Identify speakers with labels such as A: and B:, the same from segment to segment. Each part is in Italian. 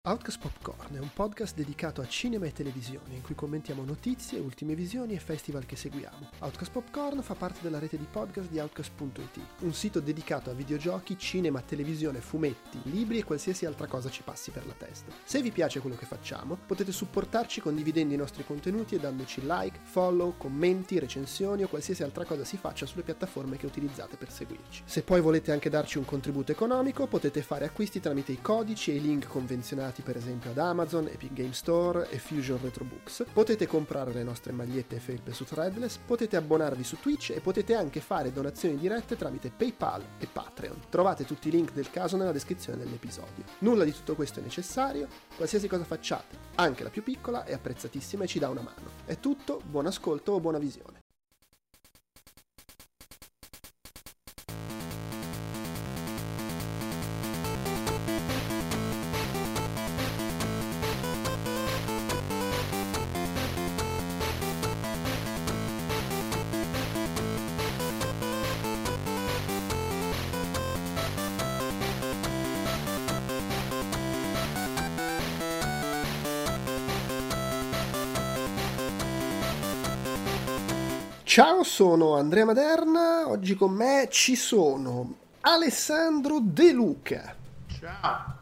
A: Outcast Popcorn è un podcast dedicato a cinema e televisione in cui commentiamo notizie, ultime visioni e festival che seguiamo. Outcast Popcorn fa parte della rete di podcast di Outcast.it, un sito dedicato a videogiochi, cinema, televisione, fumetti, libri e qualsiasi altra cosa ci passi per la testa. Se vi piace quello che facciamo, potete supportarci condividendo i nostri contenuti e dandoci like, follow, commenti, recensioni o qualsiasi altra cosa si faccia sulle piattaforme che utilizzate per seguirci. Se poi volete anche darci un contributo economico, potete fare acquisti tramite i codici e i link convenzionati per esempio ad Amazon, Epic Game Store e Fusion Retro Books. Potete comprare le nostre magliette e felpe su Threadless, potete abbonarvi su Twitch e potete anche fare donazioni dirette tramite PayPal e Patreon. Trovate tutti i link del caso nella descrizione dell'episodio. Nulla di tutto questo è necessario, qualsiasi cosa facciate, anche la più piccola, è apprezzatissima e ci dà una mano. È tutto, buon ascolto o buona visione. Ciao, sono Andrea Maderna, oggi con me ci sono Alessandro De Luca.
B: Ciao.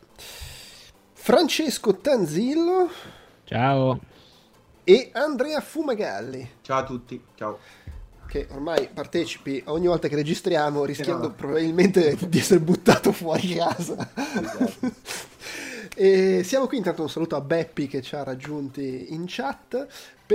A: Francesco Tanzillo.
C: Ciao.
A: E Andrea Fumagalli.
B: Ciao a tutti, ciao.
A: Che ormai partecipi ogni volta che registriamo, rischiando probabilmente di essere buttato fuori casa. Esatto. E siamo qui, intanto un saluto a Beppi che ci ha raggiunti in chat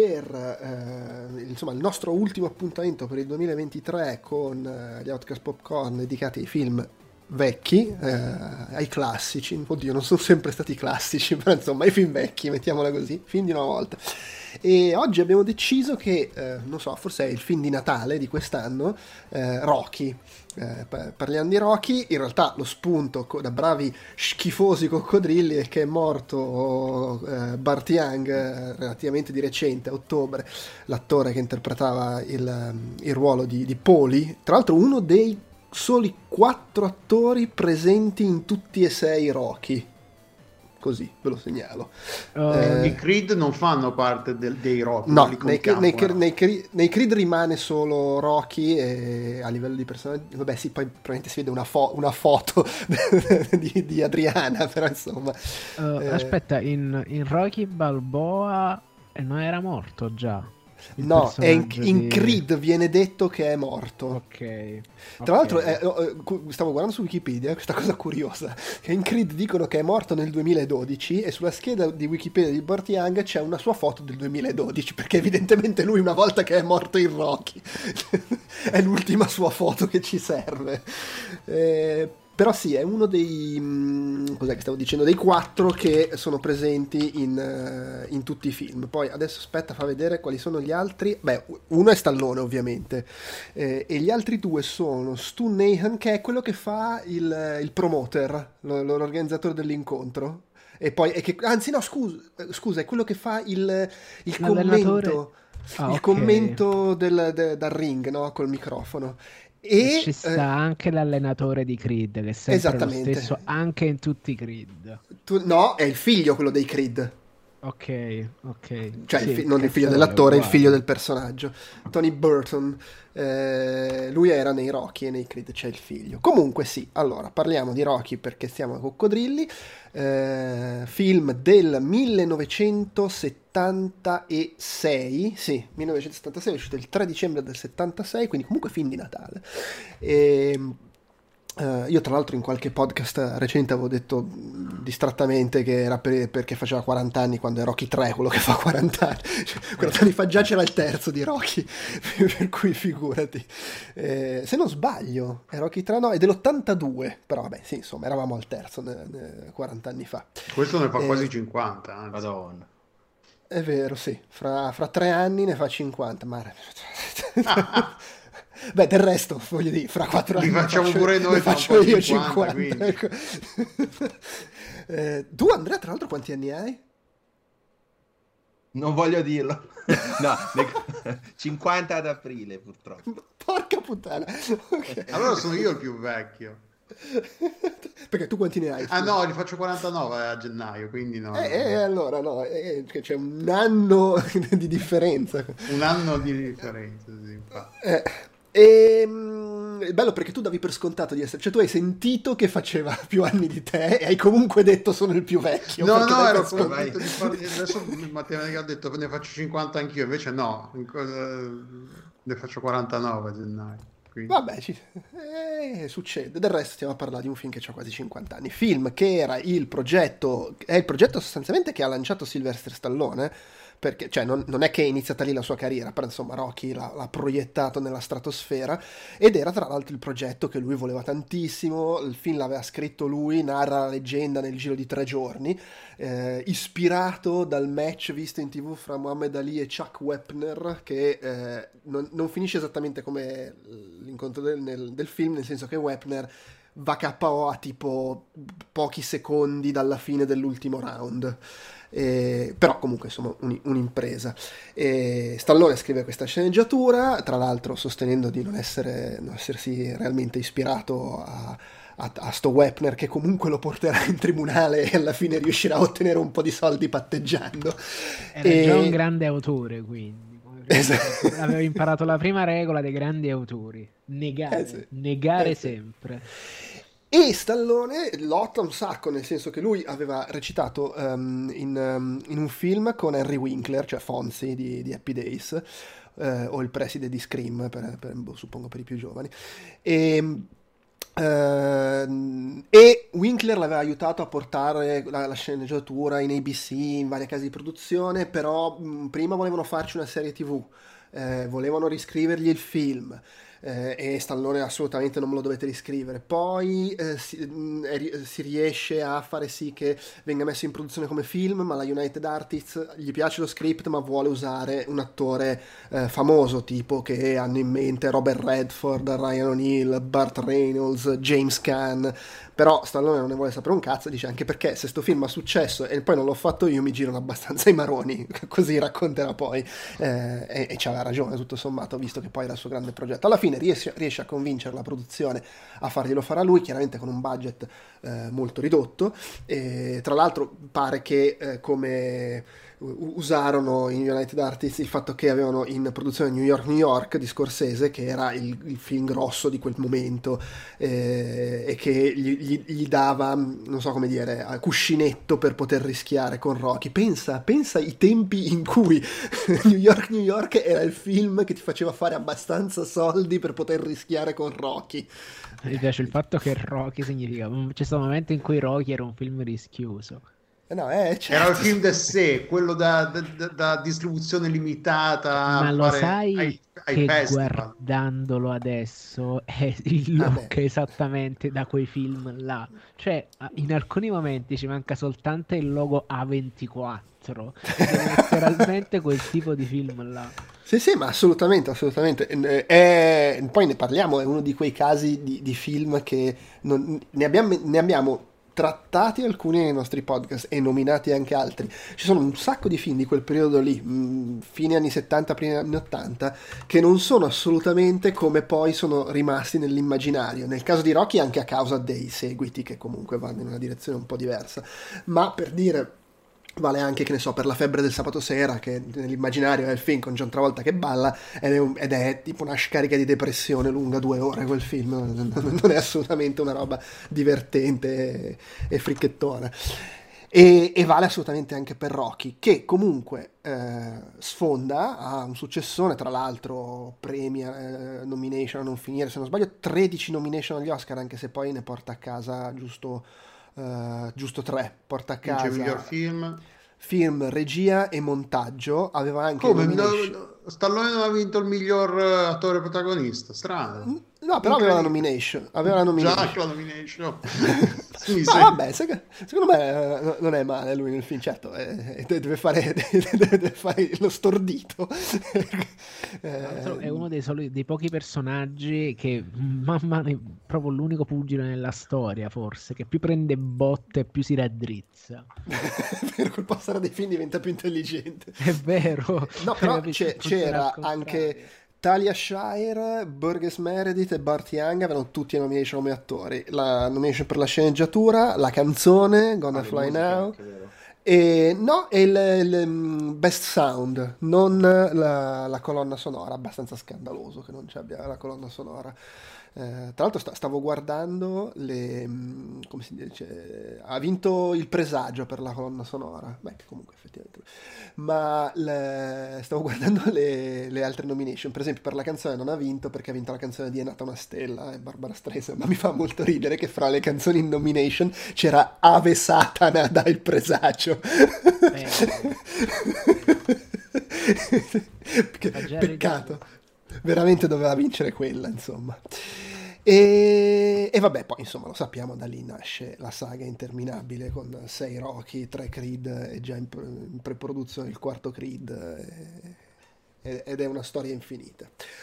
A: per insomma, il nostro ultimo appuntamento per il 2023 con gli Outcast Popcorn dedicati ai film vecchi, ai classici. Oddio, non sono sempre stati classici, però insomma i film vecchi, mettiamola così, film di una volta. E oggi abbiamo deciso che, non so, forse è il film di Natale di quest'anno, Rocky. Parliamo di Rocky, in realtà lo spunto da bravi schifosi coccodrilli è che è morto Burt Young relativamente di recente, a ottobre, l'attore che interpretava il ruolo di Paulie, tra l'altro uno dei soli 4 attori presenti in tutti e 6 Rocky. Così ve lo segnalo.
B: I Creed non fanno parte dei Rocky.
A: No, nei Creed rimane solo Rocky e a livello di personaggio, vabbè sì, poi probabilmente si vede una foto di Adriana, però insomma.
C: Aspetta, in Rocky Balboa non era morto già?
A: No, in Creed viene detto che è morto.
C: Ok.
A: Tra l'altro stavo guardando su Wikipedia questa cosa curiosa, che in Creed dicono che è morto nel 2012 e sulla scheda di Wikipedia di Burt Young c'è una sua foto del 2012, perché evidentemente lui una volta che è morto in Rocky è l'ultima sua foto che ci serve. Però sì, è uno dei cos'è che stavo dicendo, dei 4 che sono presenti in tutti i film. Poi adesso aspetta, fa vedere quali sono gli altri. Beh, uno è Stallone ovviamente, e gli altri 2 sono Stu Nahan, che è quello che fa il promoter, l'organizzatore dell'incontro, e poi anzi no, scusa, è quello che fa il commento, il commento dal ring, no, col microfono.
C: E ci sta anche l'allenatore di Creed, che è sempre lo stesso anche in tutti i Creed.
A: No, è il figlio quello dei Creed.
C: Ok.
A: Cioè
C: sì,
A: non il figlio dell'attore, è il figlio del personaggio. Tony Burton. Lui era nei Rocky e nei Creed c'è il figlio. Comunque sì, allora parliamo di Rocky perché stiamo a coccodrilli. Film del 1976. Sì, 1976, è uscito il 3 dicembre del 76, quindi comunque film di Natale. Io tra l'altro in qualche podcast recente avevo detto distrattamente che era perché faceva 40 anni, quando è Rocky 3 quello che fa 40 anni. 40 anni fa già c'era il terzo di Rocky, per cui figurati. Se non sbaglio è Rocky 3, no, è dell'82, però vabbè sì, insomma eravamo al terzo 40 anni fa.
B: Questo ne fa quasi 50,
D: Madonna.
A: È vero, sì, fra 3 anni ne fa 50, ma... Beh, del resto, voglio dire, fra 4 anni
B: li facciamo pure noi,
A: faccio io
B: 50.
A: Ecco. Tu, Andrea, tra l'altro, quanti anni hai?
D: Non voglio dirlo. No, 50 ad aprile, purtroppo.
A: Porca puttana. Okay.
B: Allora sono io il più vecchio.
A: Perché tu quanti ne hai?
B: Ah no, li faccio 49 a gennaio, quindi no.
A: Allora no, c'è un anno di differenza.
B: Un anno di differenza, sì, infatti.
A: È bello perché tu davi per scontato di essere, cioè tu hai sentito che faceva più anni di te e hai comunque detto sono il più vecchio.
B: No, ero convinto di farli. Adesso matematica ho detto ne faccio 50 anch'io, invece no, ne faccio 49 a gennaio. Quindi.
A: Vabbè, succede. Del resto stiamo a parlare di un film che ha quasi 50 anni. Film che era è il progetto sostanzialmente che ha lanciato Sylvester Stallone, perché cioè, non è che è iniziata lì la sua carriera, però insomma Rocky l'ha proiettato nella stratosfera, ed era tra l'altro il progetto che lui voleva tantissimo. Il film l'aveva scritto lui, narra la leggenda nel giro di 3 giorni, ispirato dal match visto in TV fra Muhammad Ali e Chuck Wepner, che non finisce esattamente come l'incontro del film, nel senso che Wepner va KO a tipo pochi secondi dalla fine dell'ultimo round. Però comunque insomma un'impresa. Stallone scrive questa sceneggiatura, tra l'altro sostenendo di non essersi realmente ispirato a sto Wepner, che comunque lo porterà in tribunale e alla fine riuscirà a ottenere un po' di soldi patteggiando.
C: Era già un grande autore, quindi avevo imparato la prima regola dei grandi autori: negare sempre.
A: E Stallone lotta un sacco, nel senso che lui aveva recitato in un film con Henry Winkler, cioè Fonzie di Happy Days, o il preside di Scream, suppongo per i più giovani, e Winkler l'aveva aiutato a portare la sceneggiatura in ABC, in varie case di produzione, però prima volevano farci una serie TV, volevano riscrivergli il film, e Stallone assolutamente non me lo dovete riscrivere. Poi si riesce a fare sì che venga messo in produzione come film, ma la United Artists gli piace lo script ma vuole usare un attore famoso, tipo che hanno in mente Robert Redford, Ryan O'Neal, Burt Reynolds, James Caan. Però Stallone non ne vuole sapere un cazzo, dice, anche perché se sto film ha successo e poi non l'ho fatto io, mi girano abbastanza i maroni, così racconterà poi, e c'aveva ragione tutto sommato, visto che poi era il suo grande progetto. Alla fine riesce a convincere la produzione a farglielo fare a lui, chiaramente con un budget molto ridotto, e tra l'altro pare che come usarono in United Artists il fatto che avevano in produzione New York di Scorsese, che era il film grosso di quel momento, e che gli dava, non so come dire, cuscinetto per poter rischiare con Rocky. Pensa ai tempi in cui New York era il film che ti faceva fare abbastanza soldi per poter rischiare con Rocky.
C: Mi piace il fatto che Rocky significa, c'è stato un momento in cui Rocky era un film rischioso.
A: No, certo.
B: Era il film de sé, quello da distribuzione limitata.
C: Ma lo sai
B: ai
C: che
B: festival.
C: Guardandolo adesso è il look esattamente da quei film là. Cioè, in alcuni momenti ci manca soltanto il logo A24. È letteralmente quel tipo di film là.
A: Sì, ma assolutamente. Poi ne parliamo, è uno di quei casi di film che ne abbiamo trattati alcuni nei nostri podcast e nominati anche altri. Ci sono un sacco di film di quel periodo lì, fine anni 70, primi anni 80, che non sono assolutamente come poi sono rimasti nell'immaginario. Nel caso di Rocky anche a causa dei seguiti che comunque vanno in una direzione un po' diversa. Ma per dire, vale anche, che ne so, per La febbre del sabato sera, che nell'immaginario è il film con John Travolta che balla ed è tipo una scarica di depressione lunga 2 ore quel film, non è assolutamente una roba divertente e fricchettona. E vale assolutamente anche per Rocky, che comunque sfonda, ha un successone, tra l'altro premi, nomination a non finire, se non sbaglio 13 nomination agli Oscar, anche se poi ne porta a casa giusto 3, porta a casa
B: miglior
A: film, regia e montaggio. Aveva anche
B: Stallone non ha vinto il miglior attore protagonista, strano.
A: No, però aveva la nomination.
B: Già la nomination.
A: Vabbè, secondo me non è male lui nel film, certo, deve fare lo stordito.
C: È uno dei pochi personaggi che mamma mia, proprio l'unico pugile nella storia, forse, che più prende botte e più si raddrizza.
A: Per col passare dei film diventa più intelligente.
C: È vero.
A: No, però c'era anche Talia Shire, Burgess Meredith e Burt Young avevano tutti le nomination come attori. La nomination per la sceneggiatura, la canzone Gonna Fly Now
D: anche, vero?
A: e no, e il Best Sound, non la colonna sonora. Abbastanza scandaloso che non ci abbia la colonna sonora. Tra l'altro stavo guardando come si dice, ha vinto il presagio per la colonna sonora, beh comunque effettivamente, ma stavo guardando le altre nomination. Per esempio per la canzone non ha vinto perché ha vinto la canzone di È nata una stella e Barbara Streisand, ma mi fa molto ridere che fra le canzoni in nomination c'era Ave Satana da Il presagio. Peccato, veramente doveva vincere quella, insomma. E vabbè, poi insomma lo sappiamo, da lì nasce la saga interminabile con 6 Rocky, 3 Creed e già in pre-produzione il quarto Creed, ed è una storia infinita.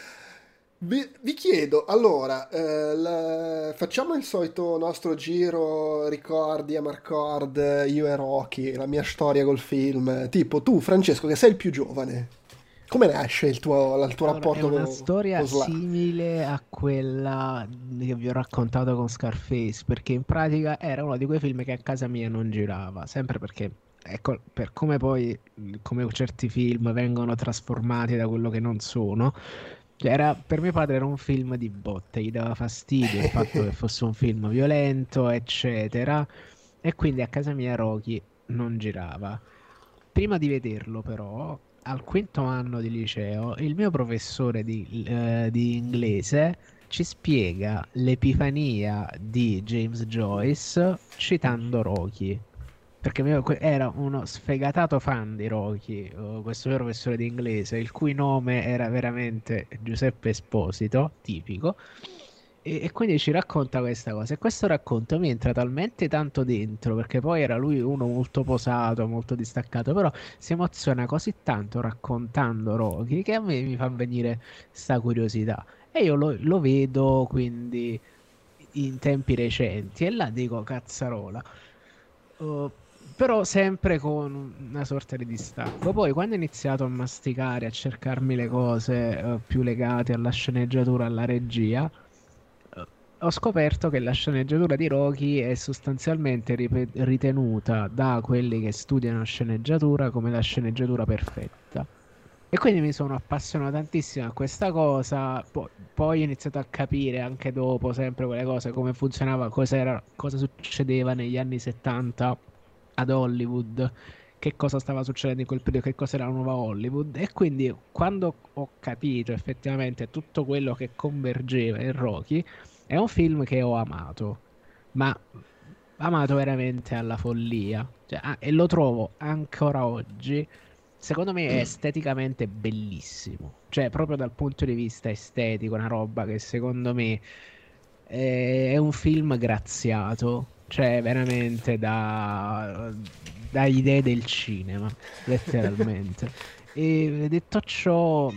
A: Vi chiedo, allora, facciamo il solito nostro giro, ricordi, Amarcord, io e Rocky, la mia storia col film. Tipo, tu Francesco, che sei il più giovane, come nasce il tuo rapporto
C: È una
A: con
C: storia
A: Sly?
C: simile a quella che vi ho raccontato con Scarface, perché in pratica era uno di quei film che a casa mia non girava, sempre perché, ecco, per come poi, come certi film vengono trasformati da quello che non sono, cioè per mio padre era un film di botte, gli dava fastidio il fatto che fosse un film violento, eccetera, e quindi a casa mia Rocky non girava. Prima di vederlo, però, al quinto anno di liceo, il mio professore di inglese ci spiega l'Epifania di James Joyce citando Rocky. Perché era uno sfegatato fan di Rocky, questo mio professore di inglese, il cui nome era veramente Giuseppe Esposito, tipico. E quindi ci racconta questa cosa. E questo racconto mi entra talmente tanto dentro, perché poi era lui uno molto posato, molto distaccato, però si emoziona così tanto raccontando Rocky che a me mi fa venire sta curiosità. E io lo vedo quindi in tempi recenti e là dico cazzarola. Uh, Però sempre con una sorta di distacco. Poi quando ho iniziato a masticare, a cercarmi le cose più legate alla sceneggiatura, alla regia, ho scoperto che la sceneggiatura di Rocky è sostanzialmente ritenuta da quelli che studiano sceneggiatura come la sceneggiatura perfetta. E quindi mi sono appassionato tantissimo a questa cosa, poi ho iniziato a capire anche dopo sempre quelle cose, come funzionava, cosa succedeva negli anni 70 ad Hollywood, che cosa stava succedendo in quel periodo, che cos'era la nuova Hollywood. E quindi quando ho capito effettivamente tutto quello che convergeva in Rocky, è un film che ho amato, ma amato veramente alla follia. Cioè, e lo trovo ancora oggi, secondo me è esteticamente bellissimo. Cioè, proprio dal punto di vista estetico, una roba che secondo me è un film graziato. Cioè, veramente da idee del cinema, letteralmente. E detto ciò,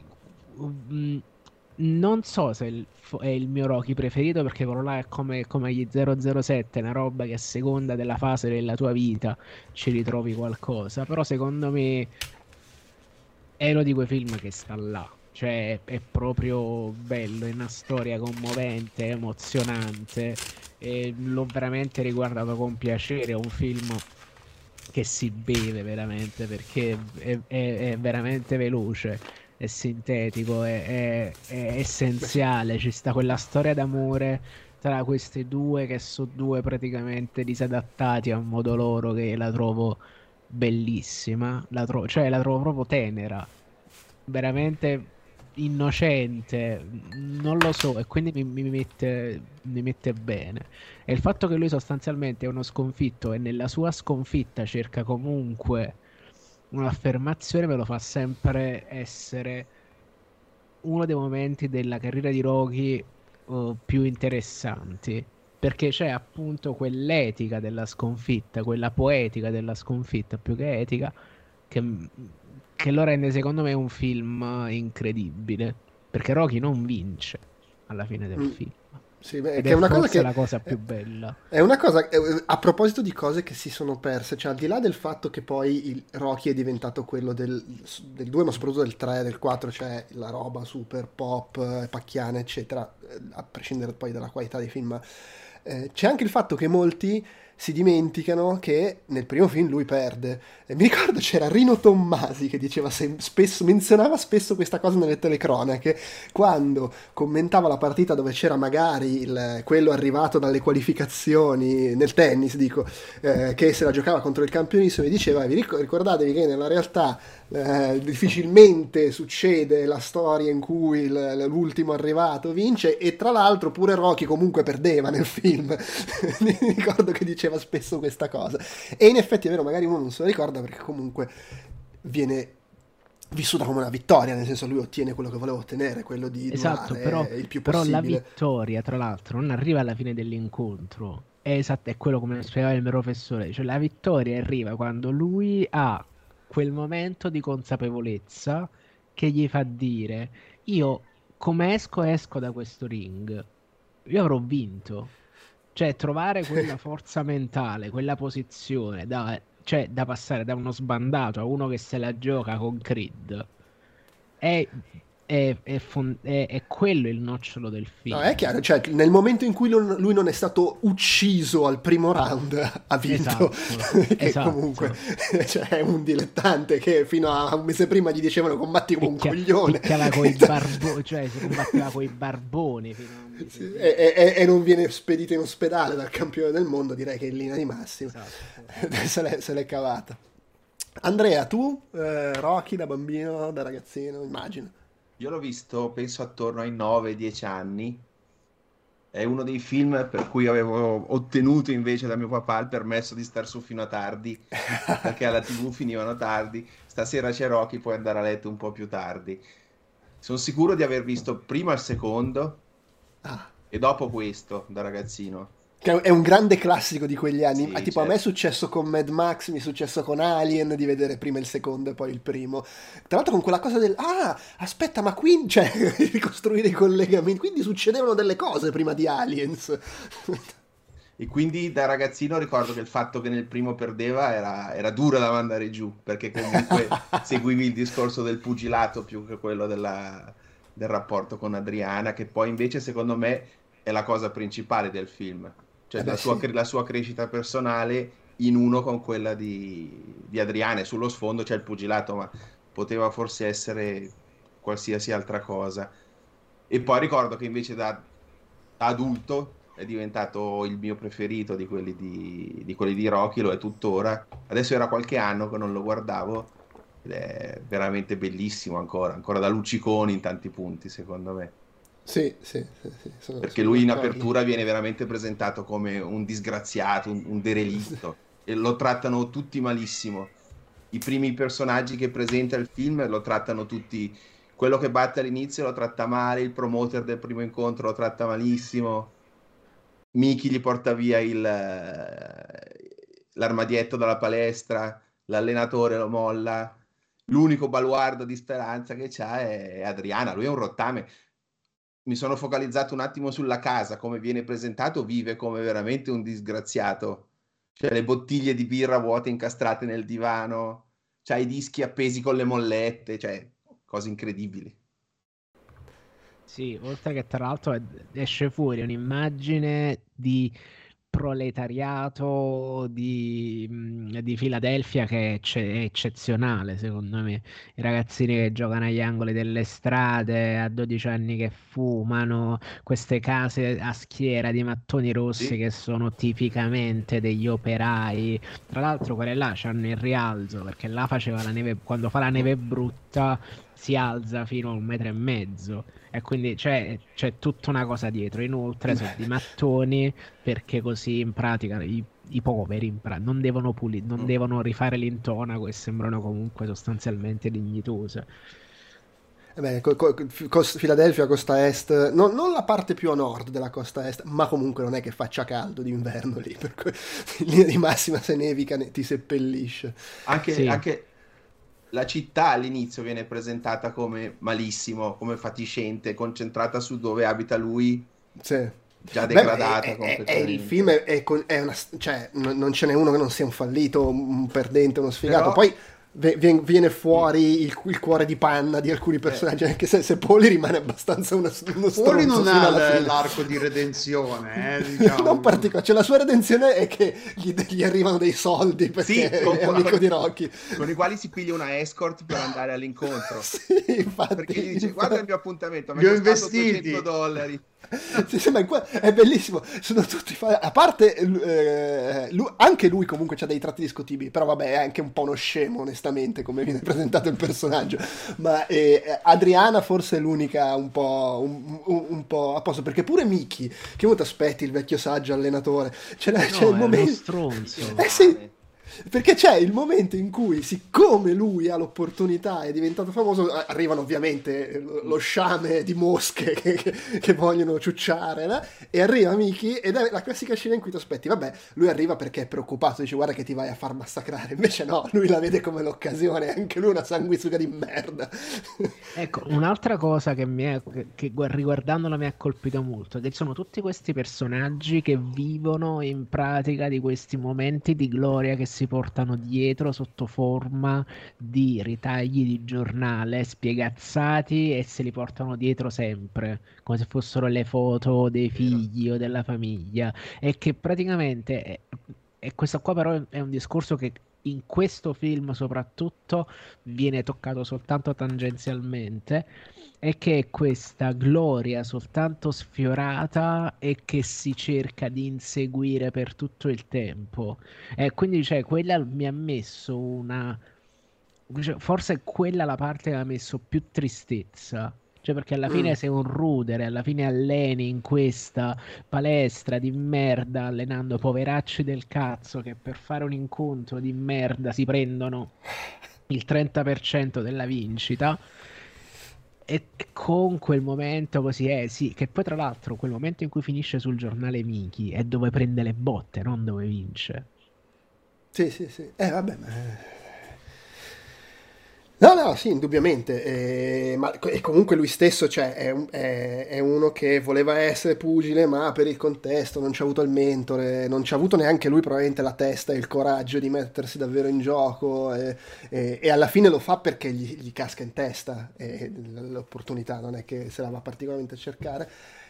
C: non so se è il mio Rocky preferito, perché quello là è come gli 007, una roba che a seconda della fase della tua vita ci ritrovi qualcosa. Però secondo me è uno di quei film che sta là. Cioè è proprio bello, è una storia commovente, emozionante. E l'ho veramente riguardato con piacere. È un film che si beve veramente, perché è veramente veloce, è sintetico, è essenziale. Ci sta quella storia d'amore tra questi due che sono due praticamente disadattati a modo loro, che la trovo bellissima, cioè la trovo proprio tenera, veramente innocente, non lo so, e quindi mi mette bene. E il fatto che lui sostanzialmente è uno sconfitto e nella sua sconfitta cerca comunque un'affermazione me lo fa sempre essere uno dei momenti della carriera di Rocky più interessanti, perché c'è appunto quell'etica della sconfitta, quella poetica della sconfitta più che etica, che, che lo rende secondo me un film incredibile, perché Rocky non vince alla fine del film.
A: Sì, beh,
C: Ed
A: che
C: è
A: è una cosa
C: forse
A: che
C: la cosa più bella.
A: è una cosa a proposito di cose che si sono perse, cioè al di là del fatto che poi il Rocky è diventato quello del 2, ma soprattutto del 3 e del 4, cioè la roba super pop, pacchiana, eccetera, a prescindere poi dalla qualità dei film, ma c'è anche il fatto che molti si dimenticano che nel primo film lui perde. E mi ricordo c'era Rino Tommasi che diceva spesso, menzionava spesso questa cosa nelle telecronache, quando commentava la partita dove c'era magari quello arrivato dalle qualificazioni nel tennis, dico, che se la giocava contro il campionissimo, e diceva: ricordatevi che nella realtà difficilmente succede la storia in cui l'ultimo arrivato vince, e tra l'altro pure Rocky comunque perdeva nel film. Mi ricordo che diceva spesso questa cosa, e in effetti è vero, magari uno non se lo ricorda perché comunque viene vissuta come una vittoria, nel senso lui ottiene quello che voleva ottenere, quello di
C: Esatto,
A: durare il più
C: però la
A: possibile.
C: vittoria, tra l'altro, non arriva alla fine dell'incontro. È esatto, è quello come spiegava il mio professore. Cioè, la vittoria arriva quando lui ha quel momento di consapevolezza che gli fa dire: io come esco da questo ring, io avrò vinto. Cioè, trovare quella forza mentale, quella posizione, cioè, da passare da uno sbandato a uno che se la gioca con Creed, è, è quello il nocciolo del
A: No, è
C: film.
A: chiaro, cioè nel momento in cui lui non è stato ucciso al primo round, ha vinto.
C: Esatto,
A: Che comunque cioè, è un dilettante che fino a un mese prima gli dicevano combatti come un coglione.
C: Picchiava coi barboni, cioè si combatteva coi barboni fino a un mese
A: Sì,
C: prima.
A: e non viene spedito in ospedale dal campione del mondo, direi che è in linea di massima.
C: Esatto.
A: Se l'è cavata. Andrea, tu, Rocky da bambino, da ragazzino, immagino.
D: Io l'ho visto, penso, attorno ai 9-10 anni. È uno dei film per cui avevo ottenuto invece da mio papà il permesso di star su fino a tardi, perché alla TV finivano tardi. Stasera c'è Rocky, puoi andare a letto un po' più tardi. Sono sicuro di aver visto prima il secondo
A: Ah.
D: e dopo questo da ragazzino.
A: Che è un grande classico di quegli anni.
D: Sì,
A: Tipo, a me è
D: certo.
A: successo con Mad Max, mi è successo con Alien di vedere prima il secondo e poi il primo. Tra l'altro con quella cosa del aspetta, ma quindi, cioè, ricostruire i collegamenti. Quindi succedevano delle cose prima di Aliens.
D: E quindi da ragazzino ricordo che il fatto che nel primo perdeva era dura da mandare giù, perché comunque seguivi il discorso del pugilato più che quello del rapporto con Adriana, che poi invece secondo me è la cosa principale del film. Cioè
A: Beh, sì.
D: la sua crescita personale in uno con quella di Adriana, e sullo sfondo c'è il pugilato, ma poteva forse essere qualsiasi altra cosa. E poi ricordo che invece da adulto è diventato il mio preferito di quelli di Rocky, lo è tuttora. Adesso era qualche anno che non lo guardavo ed è veramente bellissimo ancora da lucciconi in tanti punti, secondo me.
A: Sì,
D: Perché
A: sono
D: lui in
A: d'accordo.
D: apertura viene veramente presentato come un disgraziato, un derelitto, e lo trattano tutti malissimo. I primi personaggi che presenta il film lo trattano tutti. Quello che batte all'inizio lo tratta male, il promoter del primo incontro lo tratta malissimo. Miki gli porta via l'armadietto dalla palestra, l'allenatore lo molla, l'unico baluardo di speranza che c'ha è Adriana, lui è un rottame. Mi sono focalizzato un attimo sulla casa, come viene presentato, vive come veramente un disgraziato. Cioè le bottiglie di birra vuote incastrate nel divano, c'ha i dischi appesi con le mollette, cioè cose incredibili.
C: Sì, oltre che tra l'altro esce fuori un'immagine di proletariato di Filadelfia che è eccezionale, secondo me. I ragazzini che giocano agli angoli delle strade a 12 anni che fumano, queste case a schiera di mattoni rossi
D: Sì,
C: che sono tipicamente degli operai. Tra l'altro quelle là c'hanno il rialzo perché là faceva la neve, quando fa la neve brutta si alza fino a 1,5 metri. E quindi c'è tutta una cosa dietro. Inoltre sono di mattoni perché così in pratica i poveri non devono non devono rifare l'intonaco e sembrano comunque sostanzialmente dignitose.
A: Beh, Filadelfia, costa est, non la parte più a nord della costa est, ma comunque non è che faccia caldo d'inverno lì, per cui in linea di massima se nevica ti seppellisce.
C: Sì,
D: anche la città all'inizio viene presentata come malissimo, come fatiscente, concentrata su dove abita lui,
A: Sì.
D: già degradata
A: il
D: completamente.
A: film è una, cioè, non ce n'è uno che non sia un fallito, un perdente, uno sfigato.
D: Però-
A: Poi viene fuori il cuore di panna di alcuni personaggi, anche se Poli rimane abbastanza uno stronzo
B: Poli non
A: fino
B: ha
A: alla fine.
B: l'arco di redenzione, diciamo.
A: Non particolare, cioè la sua redenzione è che gli arrivano dei soldi perché è amico di Rocky,
D: con i quali si piglia una escort per andare all'incontro.
A: sì, infatti,
D: Perché gli dice guarda il mio appuntamento, mi
B: Li
D: è
B: ho
D: costato
B: investiti.
D: $200.
A: sì, ma è bellissimo, sono tutti a parte anche lui comunque c'ha dei tratti discutibili, però vabbè è anche un po' uno scemo onestamente come viene presentato il personaggio, ma Adriana forse è l'unica un po' a posto, perché pure Mickey, che molto aspetti il vecchio saggio allenatore, c'è il
C: Uno
A: momento
C: stronzo.
A: sì, perché c'è il momento in cui, siccome lui ha l'opportunità, è diventato famoso, arrivano ovviamente lo sciame di mosche che vogliono ciucciare, no? E arriva Mickey ed è la classica scena in cui ti aspetti, vabbè, lui arriva perché è preoccupato, dice guarda che ti vai a far massacrare, invece no, lui la vede come l'occasione, anche lui è una sanguisuga di merda.
C: Ecco, un'altra cosa che riguardandola mi ha colpito molto, che sono tutti questi personaggi che vivono in pratica di questi momenti di gloria che si portano dietro sotto forma di ritagli di giornale spiegazzati e se li portano dietro sempre, come se fossero le foto dei figli o della famiglia, e che praticamente e questo qua però è un discorso che in questo film soprattutto viene toccato soltanto tangenzialmente, è che è questa gloria soltanto sfiorata e che si cerca di inseguire per tutto il tempo. E quindi, cioè, quella mi ha messo forse è quella la parte che ha messo più tristezza. Cioè, perché alla fine sei un rudere, alla fine alleni in questa palestra di merda, allenando poveracci del cazzo che per fare un incontro di merda si prendono il 30% della vincita. E con quel momento così sì, che poi tra l'altro quel momento in cui finisce sul giornale Miki è dove prende le botte, non dove vince.
A: Sì, vabbè, ma... No, sì, indubbiamente, e comunque lui stesso, cioè, è uno che voleva essere pugile, ma per il contesto non c'ha avuto il mentore, non c'ha avuto neanche lui probabilmente la testa e il coraggio di mettersi davvero in gioco, e alla fine lo fa perché gli casca in testa, e l'opportunità non è che se la va particolarmente a cercare,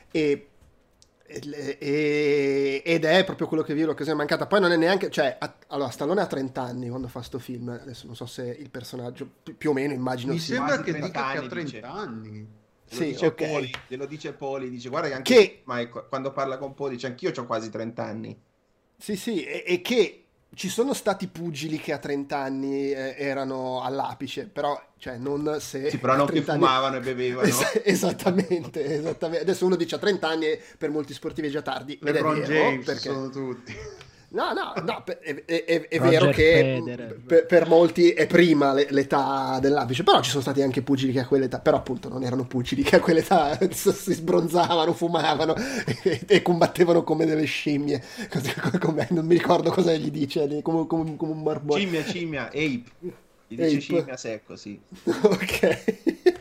A: ed è proprio quello che vi l'occasione mancata. Poi non è neanche, cioè, allora Stallone ha 30 anni quando fa sto film, adesso non so se il personaggio più o meno immagino
B: Mi
A: sia
B: sembra
D: quasi
B: che
D: 30
B: dica che ha
D: anni,
B: 30
D: dice.
B: anni.
A: sì, ok.
D: Glielo dice Poli, dice guarda che anche
A: Che-
D: ma quando parla con Poli dice anch'io ho quasi 30 anni.
A: sì, e che ci sono stati pugili che a 30 anni erano all'apice, però cioè non se
D: Sì, però
A: a
D: non che
A: 30 anni-
D: fumavano e bevevano.
A: Esattamente. Adesso uno dice a 30 anni e per molti sportivi è già tardi, ed è
B: LeBron
A: vero,
B: James
A: perché
B: sono tutti.
A: No, è
C: Roger
A: vero che
C: Federer.
A: per molti è prima l'età dell'apice, però ci sono stati anche pugili che a quell'età, però appunto non erano pugili che a quell'età si sbronzavano, fumavano e combattevano come delle scimmie, non mi ricordo cosa gli dice, come un marmone.
D: Cimmia, ape. Gli dice
A: Ape.
D: scimmia secco, sì.
A: Ok.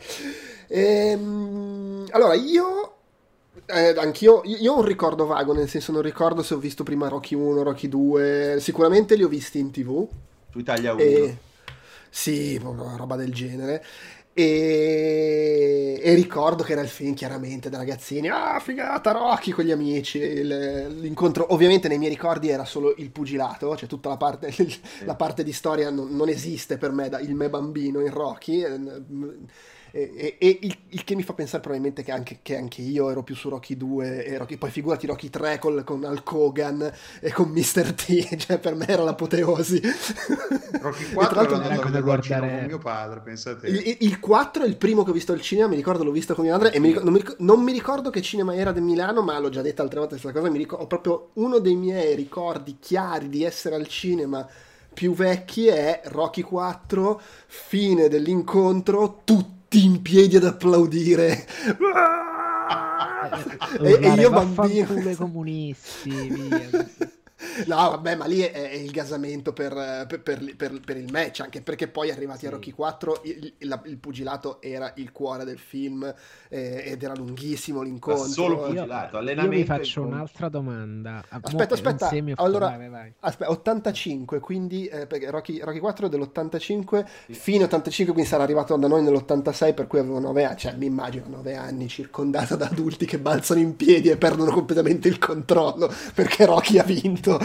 A: Allora, anch'io ho un ricordo vago, nel senso non ricordo se ho visto prima Rocky 1, Rocky 2, sicuramente li ho visti in TV.
D: Su Italia 1.
A: Sì, una roba del genere. E ricordo che era il film chiaramente da ragazzini, figata Rocky con gli amici, l'incontro ovviamente nei miei ricordi era solo il pugilato, cioè tutta la parte di storia non esiste per me, il me bambino in Rocky, e il che mi fa pensare probabilmente che anche io ero più su Rocky 2 e Rocky, poi figurati Rocky 3 con Hulk Hogan e con Mr. T, cioè per me era l'apoteosi.
B: Rocky
A: E
B: 4
A: tra l'altro
B: ero andato a
C: come
B: vederlo al cinema
C: guardare-
B: con mio padre, pensate.
A: il 4 è il primo che ho visto al cinema, mi ricordo l'ho visto con mia madre e non mi ricordo che cinema era di Milano, ma l'ho già detta altre volte questa cosa, ho proprio uno dei miei ricordi chiari di essere al cinema più vecchi è Rocky 4, fine dell'incontro, tutti in piedi ad applaudire. E io bambino
C: i comunisti, via.
A: No, vabbè, ma lì è il gasamento per il match, anche perché poi arrivati a Rocky 4 il pugilato era il cuore del film, ed era lunghissimo l'incontro.
D: Solo pugilato, allenamento.
C: Io vi faccio un'altra domanda.
A: Aspetta, allora,
C: vai.
A: aspetta, 85, quindi perché Rocky 4 è dell'85, fine 85, quindi sarà arrivato da noi nell'86, per cui avevo 9 anni, cioè mi immagino 9 anni circondato da adulti che balzano in piedi e perdono completamente il controllo perché Rocky ha vinto.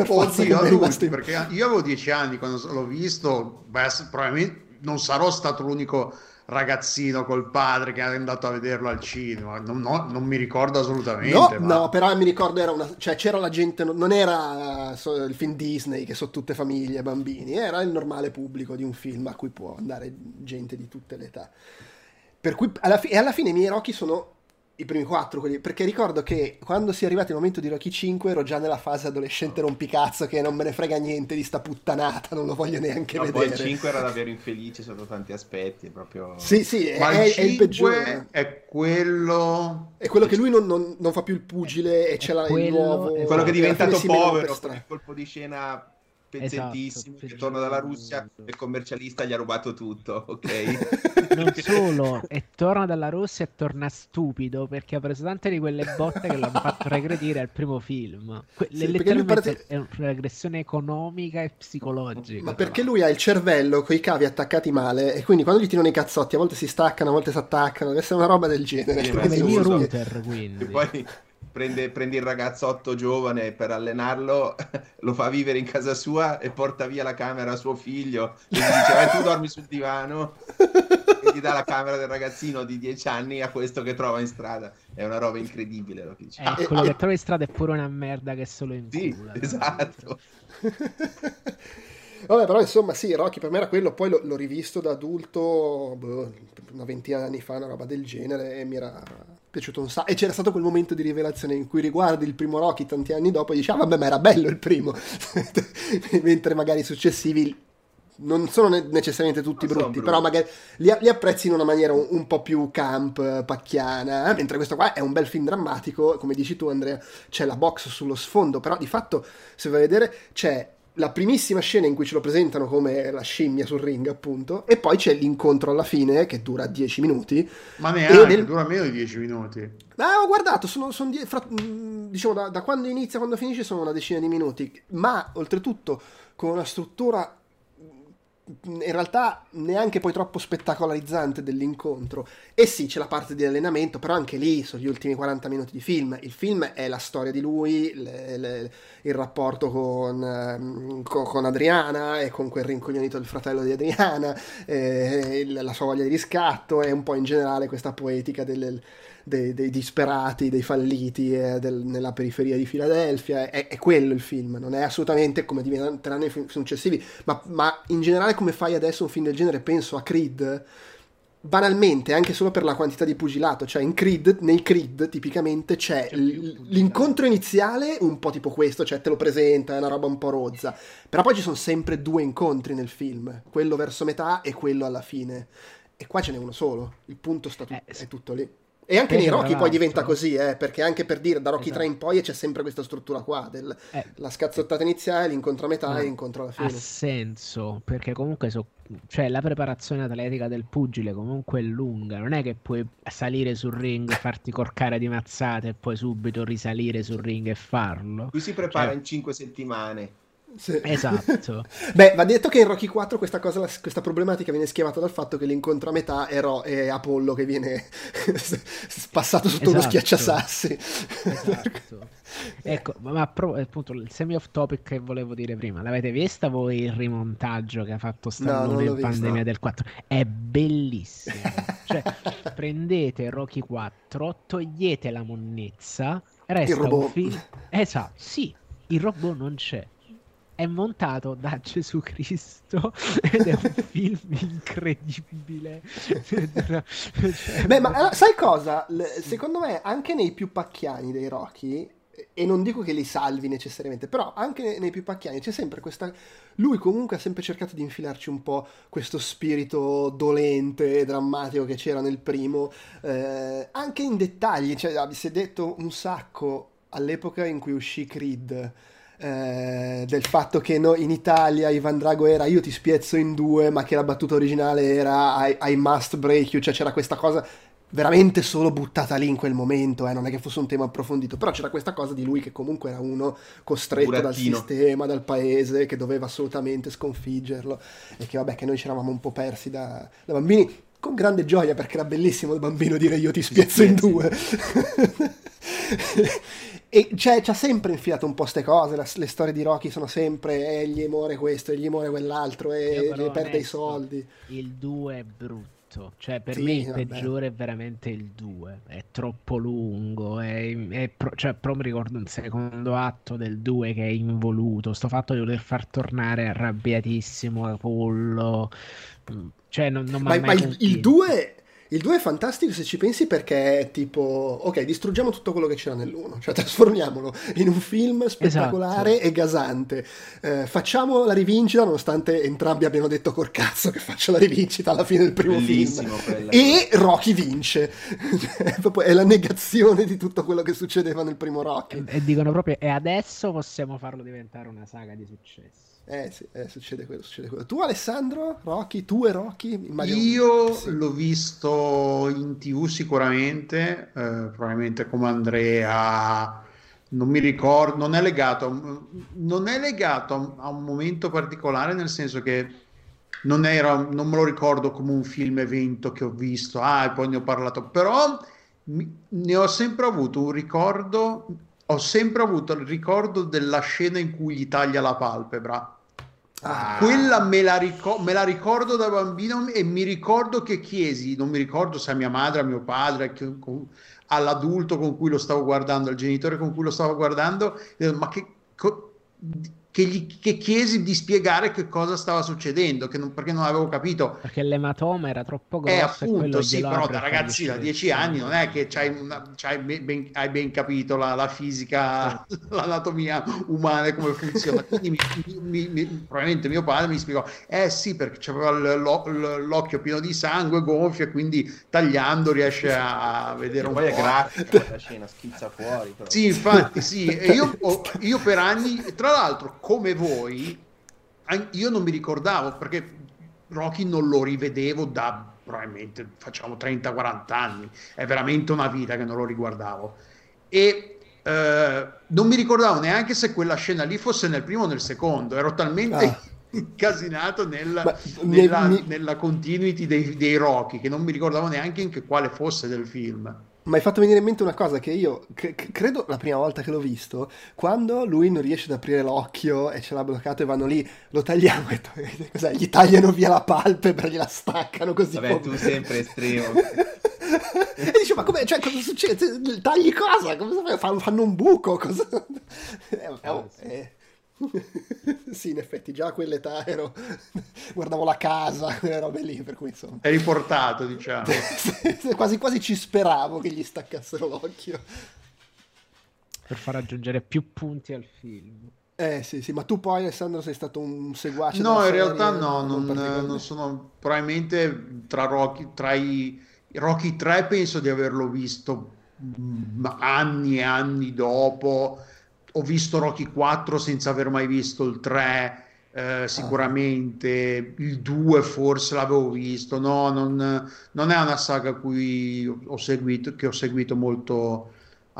B: Perché io avevo 10 anni quando l'ho visto, probabilmente non sarò stato l'unico ragazzino col padre che è andato a vederlo al cinema, non mi ricordo assolutamente.
A: No, però mi ricordo cioè c'era la gente, non era il film Disney che sono tutte famiglie e bambini, era il normale pubblico di un film a cui può andare gente di tutte le età. Per cui alla fine i miei Rocky sono i primi 4, perché ricordo che quando si è arrivati al momento di Rocky 5 ero già nella fase adolescente rompicazzo che non me ne frega niente di sta puttanata, non lo voglio neanche vedere.
D: Poi il 5 era davvero infelice sotto tanti aspetti, è proprio...
A: Sì,
B: ma
A: è il peggiore.
B: È quello
A: che lui non fa più il pugile e c'è il nuovo...
D: Quello che è diventato povero,
A: per
D: il colpo di scena pezzentissimo, che torna dalla Russia, il commercialista gli ha rubato tutto, ok?
C: Non solo, e torna dalla Russia e torna stupido perché ha preso tante di quelle botte che l'hanno fatto regredire al primo film. Letteralmente è una regressione economica e psicologica.
A: Ma perché lui ha il cervello con i cavi attaccati male e quindi quando gli tirano i cazzotti a volte si staccano, a volte si attaccano, deve essere una roba del genere.
C: Come il router, quindi.
D: E poi prende il ragazzotto giovane per allenarlo, lo fa vivere in casa sua e porta via la camera a suo figlio e gli dice tu dormi sul divano, e gli dà la camera del ragazzino di 10 anni a questo che trova in strada. È una roba incredibile, lo dice.
C: Quello che trova in strada è pure una merda che solo in culo.
D: Sì, esatto.
A: Vabbè, però insomma sì, Rocky per me era quello, poi l'ho rivisto da adulto una ventina di anni fa, una roba del genere, e mi era piaciuto un sacco. E c'era stato quel momento di rivelazione in cui riguardi il primo Rocky tanti anni dopo e dici vabbè, ma era bello il primo. Mentre magari i successivi non sono necessariamente tutti brutti, però magari li apprezzi in una maniera un po' più camp, pacchiana, mentre questo qua è un bel film drammatico, come dici tu Andrea, c'è la box sullo sfondo, però di fatto se vai a vedere c'è la primissima scena in cui ce lo presentano come la scimmia sul ring, appunto, e poi c'è l'incontro alla fine che dura 10 minuti.
B: Ma neanche, dura meno di 10 minuti.
A: Ho guardato, diciamo da quando inizia a quando finisce sono una decina di minuti, ma oltretutto con una struttura in realtà neanche poi troppo spettacolarizzante dell'incontro. E sì, c'è la parte di allenamento, però anche lì sono gli ultimi 40 minuti di film. Il film è la storia di lui, il rapporto con Adriana e con quel rincoglionito del fratello di Adriana, la sua voglia di riscatto e un po' in generale questa poetica dei disperati, dei falliti nella periferia di Filadelfia. È quello il film, non è assolutamente come diventeranno i film successivi, ma in generale come fai adesso un film del genere? Penso a Creed, banalmente, anche solo per la quantità di pugilato, cioè nei Creed tipicamente c'è l'incontro iniziale un po' tipo questo, cioè te lo presenta, è una roba un po' rozza, però poi ci sono sempre 2 incontri nel film, quello verso metà e quello alla fine, e qua ce n'è uno solo, il punto è tutto lì. E anche nei Rocky poi diventa così, perché anche per dire da Rocky 3 in poi c'è sempre questa struttura qua, la scazzottata iniziale, l'incontro a metà e l'incontro alla fine.
C: Ha senso, perché comunque cioè la preparazione atletica del pugile comunque è lunga, non è che puoi salire sul ring, farti corcare di mazzate e poi subito risalire sul ring e farlo.
D: Qui si prepara in 5 settimane.
C: Sì. Esatto.
A: Beh, va detto che in Rocky 4 questa problematica viene schiavata dal fatto che l'incontro a metà è Apollo che viene passato sotto uno schiacciasassi.
C: Esatto. Ecco, ma appunto il semi off topic che volevo dire prima, l'avete vista voi il rimontaggio che ha fatto Stallone in Pandemia del 4? È bellissimo. Cioè, prendete Rocky 4, togliete la monnezza, resta un film. Esatto, sì, il robot non c'è. È montato da Gesù Cristo ed è un film incredibile.
A: Beh, ma sai cosa? Secondo me anche nei più pacchiani dei Rocky, e non dico che li salvi necessariamente, però anche nei più pacchiani c'è sempre questa... Lui comunque ha sempre cercato di infilarci un po' questo spirito dolente e drammatico che c'era nel primo, anche in dettagli, cioè si è detto un sacco all'epoca in cui uscì Creed. del fatto che in Italia Ivan Drago era io ti spiezzo in due, ma che la battuta originale era I must break you, cioè c'era questa cosa veramente solo buttata lì in quel momento, non è che fosse un tema approfondito, però c'era questa cosa di lui che comunque era uno costretto dal sistema, dal paese, che doveva assolutamente sconfiggerlo, e che vabbè, che noi ci eravamo un po' persi da bambini, con grande gioia, perché era bellissimo da bambino dire io ti spiezzo in due. E c'ha sempre infilato un po' ste cose, le storie di Rocky sono sempre gli muore questo, e gli muore quell'altro, e gli perde i soldi.
C: Il 2 è brutto, cioè per me il peggiore è veramente il 2, è troppo lungo, cioè però mi ricordo un secondo atto del 2 che è involuto, sto fatto di voler far tornare arrabbiatissimo Apollo, cioè non
A: ma il 2... Il 2 è fantastico se ci pensi, perché è tipo, ok, distruggiamo tutto quello che c'era nell'1, cioè trasformiamolo in un film spettacolare e gasante. Facciamo la rivincita, nonostante entrambi abbiano detto col cazzo che faccia la rivincita alla fine del primo film. E Rocky vince. È la negazione di tutto quello che succedeva nel primo Rocky.
C: E dicono proprio, e adesso possiamo farlo diventare una saga di successo.
A: Sì, succede quello. Tu, Alessandro, Rocky, tu e Rocky? Immagino...
B: Io l'ho visto in TV sicuramente, probabilmente come Andrea, non mi ricordo, non è legato a un momento particolare, nel senso che non me lo ricordo come un film evento che ho visto, e poi ne ho parlato, però ne ho sempre avuto un ricordo, ho sempre avuto il ricordo della scena in cui gli taglia la palpebra. Quella me la ricordo da bambino, e mi ricordo che chiesi, non mi ricordo se a mia madre, a mio padre, all'adulto con cui lo stavo guardando, al genitore con cui lo stavo guardando, ma che chiesi di spiegare che cosa stava sucendo, perché non avevo capito,
C: perché l'ematoma era troppo grosso,
B: appunto, sì, però da ragazzino a 10 anni non è che hai ben capito la fisica, l'anatomia umana, come funziona, quindi probabilmente mio padre mi spiegò, sì, perché c'aveva l'occhio pieno di sangue, gonfio, e quindi tagliando riesce a vedere un po'.
D: Poi è grafica la scena, schizza fuori, però.
B: Sì, infatti, sì, e io per anni, tra l'altro, come voi, io non mi ricordavo, perché Rocky non lo rivedevo da probabilmente facciamo 30-40 anni, è veramente una vita che non lo riguardavo, e non mi ricordavo neanche se quella scena lì fosse nel primo o nel secondo, ero talmente incasinato nella continuity dei Rocky che non mi ricordavo neanche in che quale fosse del film.
A: Ma hai fatto venire in mente una cosa che io credo la prima volta che l'ho visto, quando lui non riesce ad aprire l'occhio e ce l'ha bloccato e vanno lì, lo tagliamo e cos'è? Gli tagliano via la palpebra, gliela staccano così.
D: Vabbè, tu sempre estremo.
A: E dice, ma come, cioè, cosa succede? Tagli cosa? Fanno un buco? Cosa? Sì, in effetti già a quell'età guardavo la casa, quelle robe lì, per cui insomma
B: è riportato, diciamo.
A: quasi ci speravo che gli staccassero l'occhio
C: per far aggiungere più punti al film.
A: Sì, ma tu poi, Alessandro, sei stato un seguace?
B: No, in realtà no, non sono, probabilmente tra i Rocky 3 penso di averlo visto anni e anni dopo. Ho visto Rocky 4 senza aver mai visto il 3, sicuramente il 2 forse l'avevo visto. No, non è una saga che ho seguito molto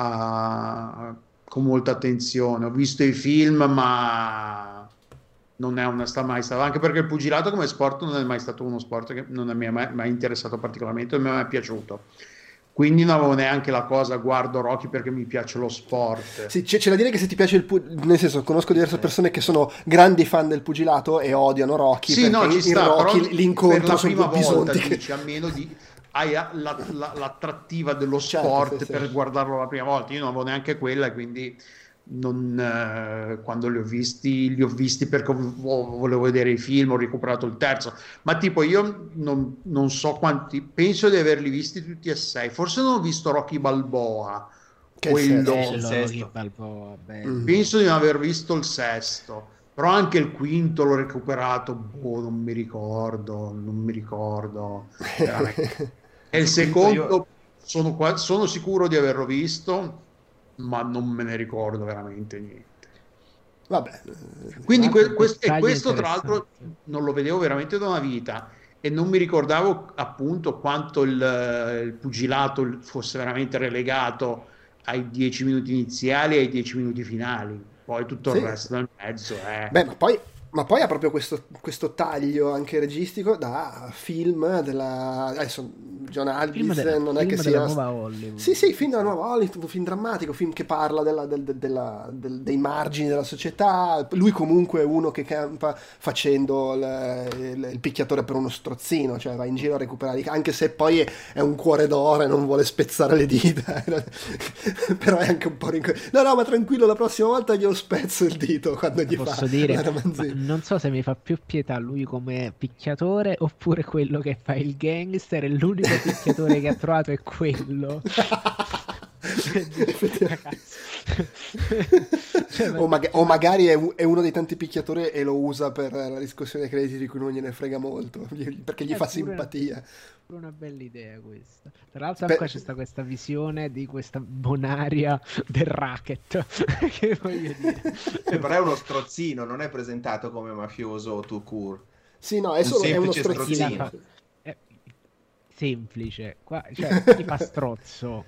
B: con molta attenzione. Ho visto i film, ma non è mai stato, anche perché il pugilato come sport non è mai stato uno sport che non mi ha mai interessato particolarmente, non mi è mai piaciuto. Quindi non avevo neanche la cosa, guardo Rocky perché mi piace lo sport.
A: Sì, c'è da dire che se ti piace nel senso, conosco diverse persone che sono grandi fan del pugilato e odiano Rocky.
B: Sì, no, ci sta,
A: Rocky,
B: però
A: l'incontro
B: per la prima volta
A: che...
B: dici, almeno hai l'attrattiva dello sport, sì, per guardarlo la prima volta. Io non avevo neanche quella, quindi quando li ho visti perché volevo vedere i film, ho recuperato il terzo, ma tipo io non so quanti, penso di averli visti tutti e 6, forse non ho visto Rocky Balboa,
C: Rocky Balboa,
B: penso di non aver visto il sesto, però anche il quinto l'ho recuperato, non mi ricordo e il secondo sono sicuro di averlo visto, ma non me ne ricordo veramente niente.
A: Vabbè.
B: Quindi
C: Dettaglio
B: questo tra l'altro
C: interessante.
B: non lo vedevo veramente da una vita e non mi ricordavo appunto quanto il pugilato fosse veramente relegato ai 10 minuti iniziali e ai 10 minuti finali. Poi tutto il
A: Sì.
B: resto del mezzo è...
A: Beh, ma poi ha proprio questo taglio anche registico da film della... Adesso John Hughes non è che
C: Film della
A: sia...
C: nuova Hollywood.
A: Sì, film della nuova Hollywood, un film drammatico, film che parla dei margini della società. Lui comunque è uno che campa facendo il picchiatore per uno strozzino, cioè va in giro a recuperare, anche se poi è un cuore d'oro e non vuole spezzare le dita. Però è anche un po' No, ma tranquillo, la prossima volta glielo spezzo il dito quando gli
C: Posso
A: fa
C: dire,
A: la
C: ma
A: romanzina.
C: non so se mi fa più pietà lui come picchiatore oppure quello che fa il gangster e l'unico picchiatore che ha trovato è quello. Cioè,
A: O magari è uno dei tanti picchiatori e lo usa per la riscossione dei crediti di cui non gliene frega molto, perché gli
C: è
A: fa
C: pure
A: simpatia.
C: pure una bella idea questa. Tra l'altro
A: Beh,
C: ancora c'è sta questa visione di questa bonaria del racket, che voglio dire.
D: Però è uno strozzino, non è presentato come mafioso tout court.
A: sì, no,
D: Un
A: è uno
D: semplice
A: strozzino.
C: Chi la
D: strozzino.
C: fa? È semplice, qua, cioè chi fa strozzo?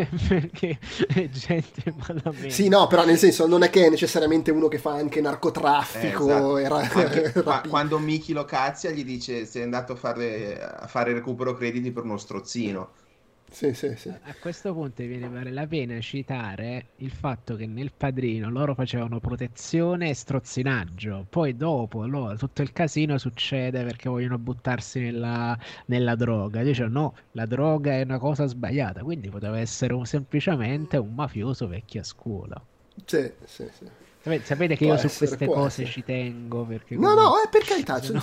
C: Perché è gente malamente.
A: Sì, no, però nel senso non è che è necessariamente uno che fa anche narcotraffico
D: Esatto. Anche
A: rapina.
D: quando Miki lo cazia gli dice sei andato a fare recupero crediti per uno strozzino.
A: Sì.
C: A questo punto viene vale la pena citare il fatto che nel Padrino loro facevano protezione e strozzinaggio, poi dopo tutto il casino succede perché vogliono buttarsi nella droga. Dice no, la droga è una cosa sbagliata, quindi poteva essere semplicemente un mafioso vecchio a scuola.
A: Sì.
C: Sapete che
A: Può
C: io su
A: essere,
C: queste
A: può
C: cose
A: essere.
C: ci tengo perché
A: No, per carità,
C: se no-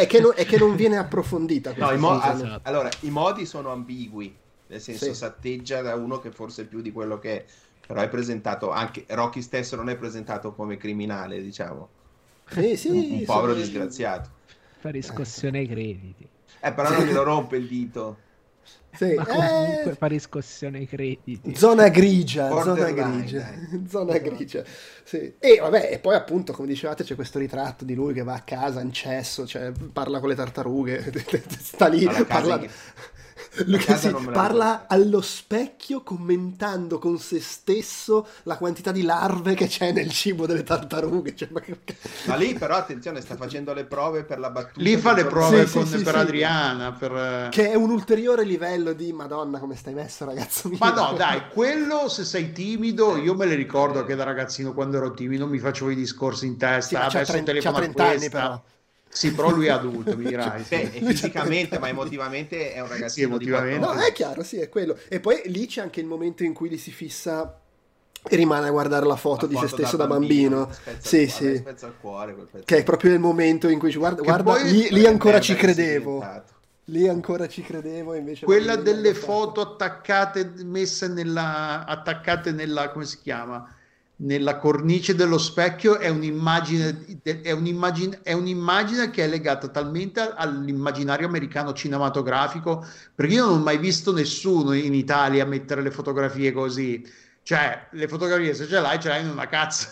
A: è che non viene approfondita
D: No,
A: questa cosa.
C: esatto.
D: allora, i modi sono ambigui, nel senso
A: Sì.
D: s'atteggia da uno che forse è più di quello che è, però è presentato, anche Rocky stesso non è presentato come criminale, diciamo,
A: Sì,
D: un povero
A: sì.
D: disgraziato.
C: fa riscossione ai crediti.
D: Però non glielo rompe il dito.
A: Sì,
C: Ma comunque fa riscossione ai crediti.
A: zona grigia,
D: Borderline,
A: zona grigia. Sì. E vabbè, e poi appunto, come dicevate, c'è questo ritratto di lui che va a casa in cesso, cioè parla con le tartarughe, sta lì,
D: Alla casa
A: parla...
D: in-
A: Lui
D: la
A: che
D: casa non me la
A: parla
D: ricordo.
A: allo specchio commentando con se stesso la quantità di larve che c'è nel cibo delle tartarughe. Cioè,
D: Ma lì però attenzione, sta facendo le prove per la battuta.
B: Lì fa
D: del
B: le
D: giorno
B: prove
A: Sì,
D: dopo.
B: per
A: sì.
B: Adriana, per...
A: Che è un ulteriore livello di Madonna come stai messo, ragazzo mio.
B: Ma no, dai, quello se sei timido, io me le ricordo che da ragazzino quando ero timido mi facevo i discorsi in
A: Sì,
B: testa,
A: ma c'ha
B: adesso
A: 30
B: telefono a
A: 30 anni
B: questa.
A: però.
B: Sì, però lui è adulto, mi dirai.
D: Beh,
B: Sì.
D: e fisicamente, ma emotivamente è un ragazzino di
B: emotivamente.
D: 4
A: No, è chiaro, sì, è quello. E poi lì c'è anche il momento in cui li si fissa e rimane a guardare la foto di se stesso da bambino. Sì, sì.
D: Spezza il cuore quel pezzo.
A: Che è proprio il momento in cui ci guarda,
B: Che poi-
A: lì ancora ci
D: Merda che sei
A: credevo.
D: diventato.
A: Lì ancora ci credevo, invece
B: Quella
A: non
B: delle
A: l'ho fatto.
B: foto attaccate, messe attaccate nella, come si chiama? Nella cornice dello specchio è un'immagine, è un'immagine che è legata talmente all'immaginario americano cinematografico, perché io non ho mai visto nessuno in Italia mettere le fotografie così. Cioè, le fotografie se ce l'hai in una cazzo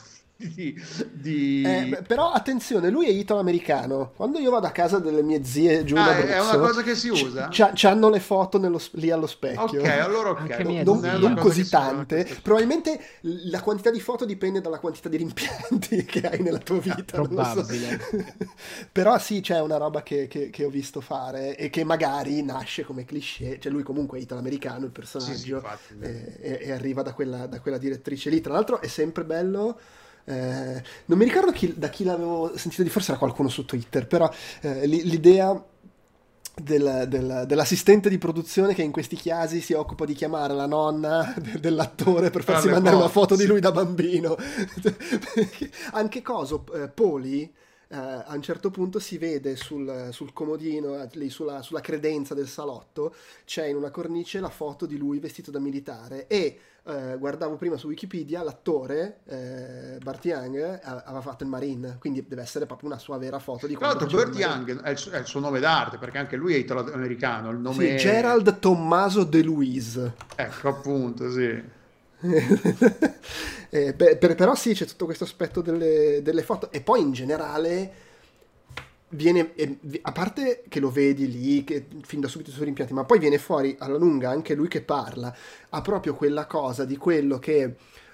B: di...
A: Però attenzione, lui è italo-americano. Quando io vado a casa delle mie zie giù in
B: Ah,
A: Abruzzo,
B: è una cosa che si usa?
A: c'hanno le foto lì allo specchio.
B: Ok, allora ok.
C: Anche mia
A: Non,
C: zia.
B: è una
A: non
B: cosa
A: così
B: che si usa
A: tante,
B: questo.
A: probabilmente la quantità di foto dipende dalla quantità di rimpianti che hai nella tua vita. non lo so.
C: Probabile.
A: Però sì, c'è una roba che ho visto fare e che magari nasce come cliché, cioè lui comunque è italo-americano il personaggio,
B: Sì, infatti.
A: e arriva da quella direttrice lì. Tra l'altro è sempre bello. Non mi ricordo da chi l'avevo sentito, forse era qualcuno su Twitter, però l'idea dell'assistente di produzione che in questi casi si occupa di chiamare la nonna dell'attore per farsi
B: le
A: mandare una
B: foto,
A: foto di
B: sì.
A: lui da bambino. Anche Poli a un certo punto si vede sul comodino, lì sulla credenza del salotto, c'è in una cornice la foto di lui vestito da militare e guardavo prima su Wikipedia, l'attore Burt Young aveva fatto il Marine, quindi deve essere proprio una sua vera foto di
B: Tra
A: quando
B: l'altro
A: faceva
B: Burt
A: il Marine.
B: Young è il suo nome d'arte, perché anche lui è italo-americano, il nome
A: Sì, Gerald Tommaso De Luis.
B: Ecco, appunto, sì.
A: Però sì, c'è tutto questo aspetto delle foto, e poi in generale viene, a parte che lo vedi lì che fin da subito sono rimpianti, ma poi viene fuori alla lunga anche lui che parla, ha proprio quella cosa di quello che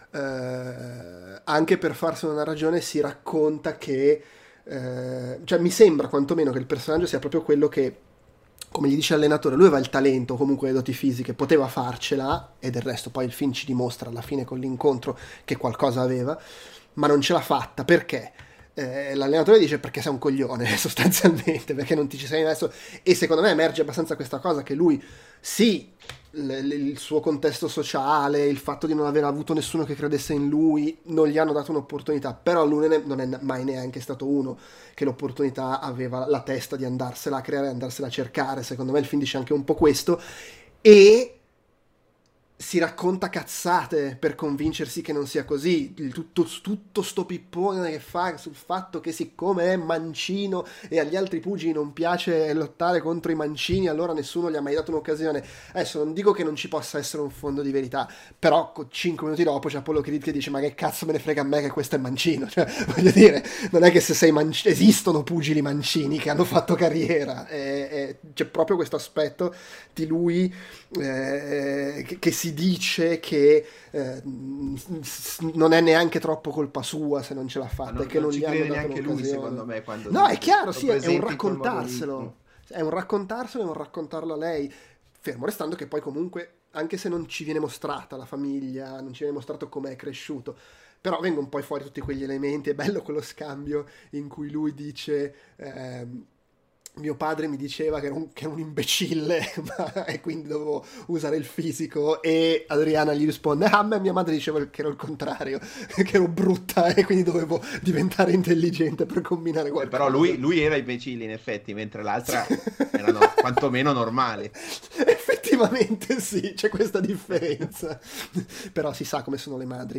A: anche per farsene una ragione si racconta che cioè mi sembra quantomeno che il personaggio sia proprio quello che, come gli dice l'allenatore, lui aveva il talento, comunque le doti fisiche, poteva farcela, e del resto poi il film ci dimostra alla fine con l'incontro che qualcosa aveva, ma non ce l'ha fatta. Perché? L'allenatore dice perché sei un coglione, sostanzialmente, perché non ti ci sei messo, e secondo me emerge abbastanza questa cosa che lui, sì, il suo contesto sociale, il fatto di non aver avuto nessuno che credesse in lui, non gli hanno dato un'opportunità, però lui non è mai neanche stato uno che l'opportunità aveva la testa di andarsela a creare, andarsela a cercare. Secondo me il film dice anche un po' questo, e si racconta cazzate per convincersi che non sia così, tutto sto pippone che fa sul fatto che siccome è mancino e agli altri pugili non piace lottare contro i mancini, allora nessuno gli ha mai dato un'occasione. Adesso non dico che non ci possa essere un fondo di verità, però 5 minuti dopo c'è Apollo Creed che dice ma che cazzo me ne frega a me che questo è mancino, cioè voglio dire, non è che se sei mancino, esistono pugili mancini che hanno fatto carriera, c'è proprio questo aspetto di lui che si dice che non è neanche troppo colpa sua se non ce l'ha fatta, e che non
D: ci
A: gli hanno
D: crede
A: dato
D: neanche lui, secondo me, quando
A: no, è chiaro, sì, è un
D: presenti in quel
A: raccontarselo, è un raccontarselo e un raccontarlo a lei, fermo restando che poi comunque, anche se non ci viene mostrata la famiglia, non ci viene mostrato come è cresciuto, però vengono poi fuori tutti quegli elementi. È bello quello scambio in cui lui dice mio padre mi diceva che era un imbecille e quindi dovevo usare il fisico, e Adriana gli risponde a me mia madre diceva che ero il contrario, che ero brutta e quindi dovevo diventare intelligente per combinare qualcosa.
D: Però lui era imbecille in effetti, mentre l'altra era quantomeno normale.
A: Effettivamente sì, c'è questa differenza. Però si sa come sono le madri.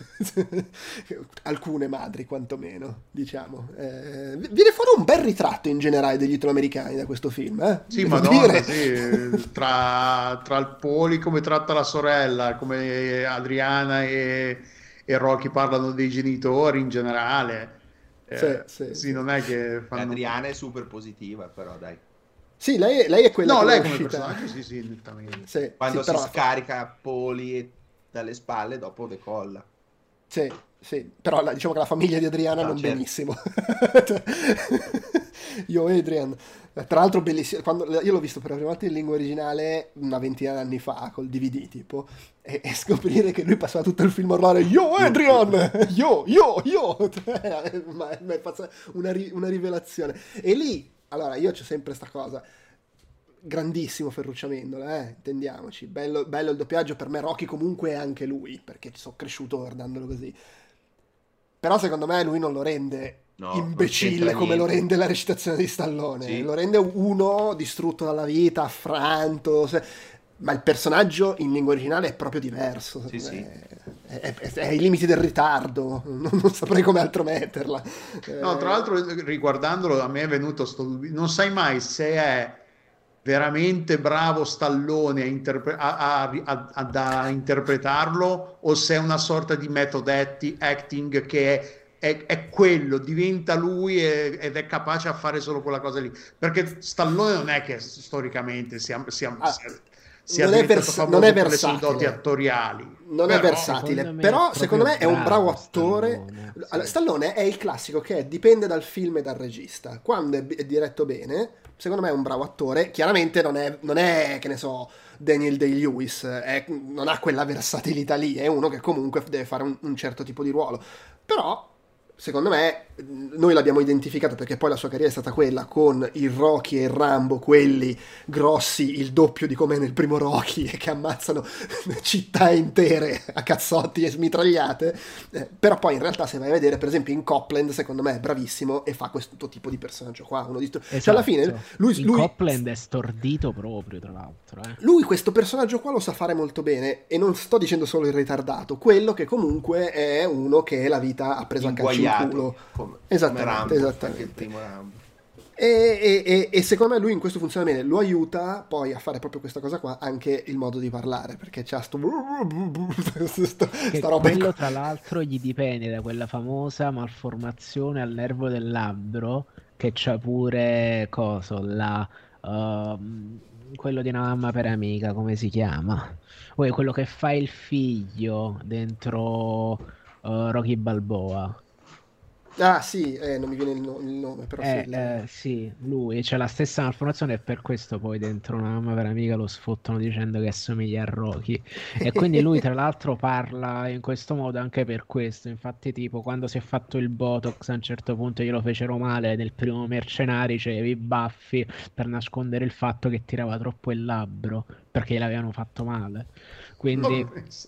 A: Alcune madri quantomeno, diciamo. Viene fuori un bel ritratto in generale degli italoamericani da questo film,
B: Sì, madonna, sì. Tra il Poli, come tratta la sorella, come Adriana e Rocky parlano dei genitori in generale. Sì, non è che fanno...
D: Adriana è super positiva, però dai.
A: Sì, lei è quella
B: no,
A: che
B: lei
A: è
B: come
A: uscita.
B: personaggio sì, nettamente.
A: Sì,
D: quando
A: sì,
D: si
A: però...
D: scarica Poli dalle spalle, dopo decolla.
A: Sì, sì, però diciamo che la famiglia di Adriana non
D: certo.
A: benissimo. Io Adrian, tra l'altro bellissimo, io l'ho visto per la prima volta in lingua originale una ventina di anni fa col DVD tipo, e scoprire che lui passava tutto il film a urlare Yo Adrian, yo, ma è una rivelazione. E lì, allora io c'ho sempre sta cosa, grandissimo Ferruccio Amendola, intendiamoci, bello il doppiaggio. Per me Rocky comunque è anche lui, perché ci sono cresciuto guardandolo così, però secondo me lui non lo rende imbecille come lo rende la recitazione di Stallone, sì. Lo rende uno distrutto dalla vita, affranto, ma il personaggio in lingua originale è proprio diverso,
D: sì.
A: È ai limiti del ritardo, non saprei come altro metterla.
B: No, tra l'altro riguardandolo a me è venuto non sai mai se è veramente bravo Stallone a interpretarlo, o se è una sorta di method acting che è quello, diventa lui ed è capace a fare solo quella cosa lì, perché Stallone non è che storicamente sia diventato famoso per le sue doti attoriali,
A: non è versatile, però secondo me è un bravo attore. Stallone è il classico che dipende dal film e dal regista. Quando è diretto bene, secondo me è un bravo attore. Chiaramente non è che ne so, Daniel Day-Lewis, non ha quella versatilità lì, è uno che comunque deve fare un certo tipo di ruolo, però secondo me noi l'abbiamo identificato perché poi la sua carriera è stata quella, con il Rocky e il Rambo, quelli grossi, il doppio di come nel primo Rocky, e che ammazzano città intere a cazzotti e smitragliate, però poi in realtà se vai a vedere, per esempio in Copland, secondo me è bravissimo e fa questo tipo di personaggio qua,
C: esatto.
A: Cioè alla fine lui
C: Copland è stordito proprio, tra l'altro,
A: lui questo personaggio qua lo sa fare molto bene, e non sto dicendo solo il ritardato, quello che comunque è uno che la vita ha preso a calci in culo.
D: Esattamente.
A: Il primo Rambo. E secondo me lui in questo funziona bene, lo aiuta poi a fare proprio questa cosa qua anche il modo di parlare, perché c'ha sta roba
C: quello tra l'altro gli dipende da quella famosa malformazione al nervo del labbro che c'ha pure quello di Una mamma per amica, come si chiama? Poi quello che fa il figlio dentro Rocky Balboa.
A: Ah sì, non mi viene il nome, però
C: sì, lui c'ha la stessa malformazione e per questo poi dentro Una mamma per amica lo sfottano dicendo che assomiglia a Rocky. E quindi lui tra l'altro parla in questo modo anche per questo. Infatti tipo quando si è fatto il Botox a un certo punto glielo fecero male nel primo Mercenari, c'avevi i baffi per nascondere il fatto che tirava troppo il labbro perché gliel'avevano fatto male. Quindi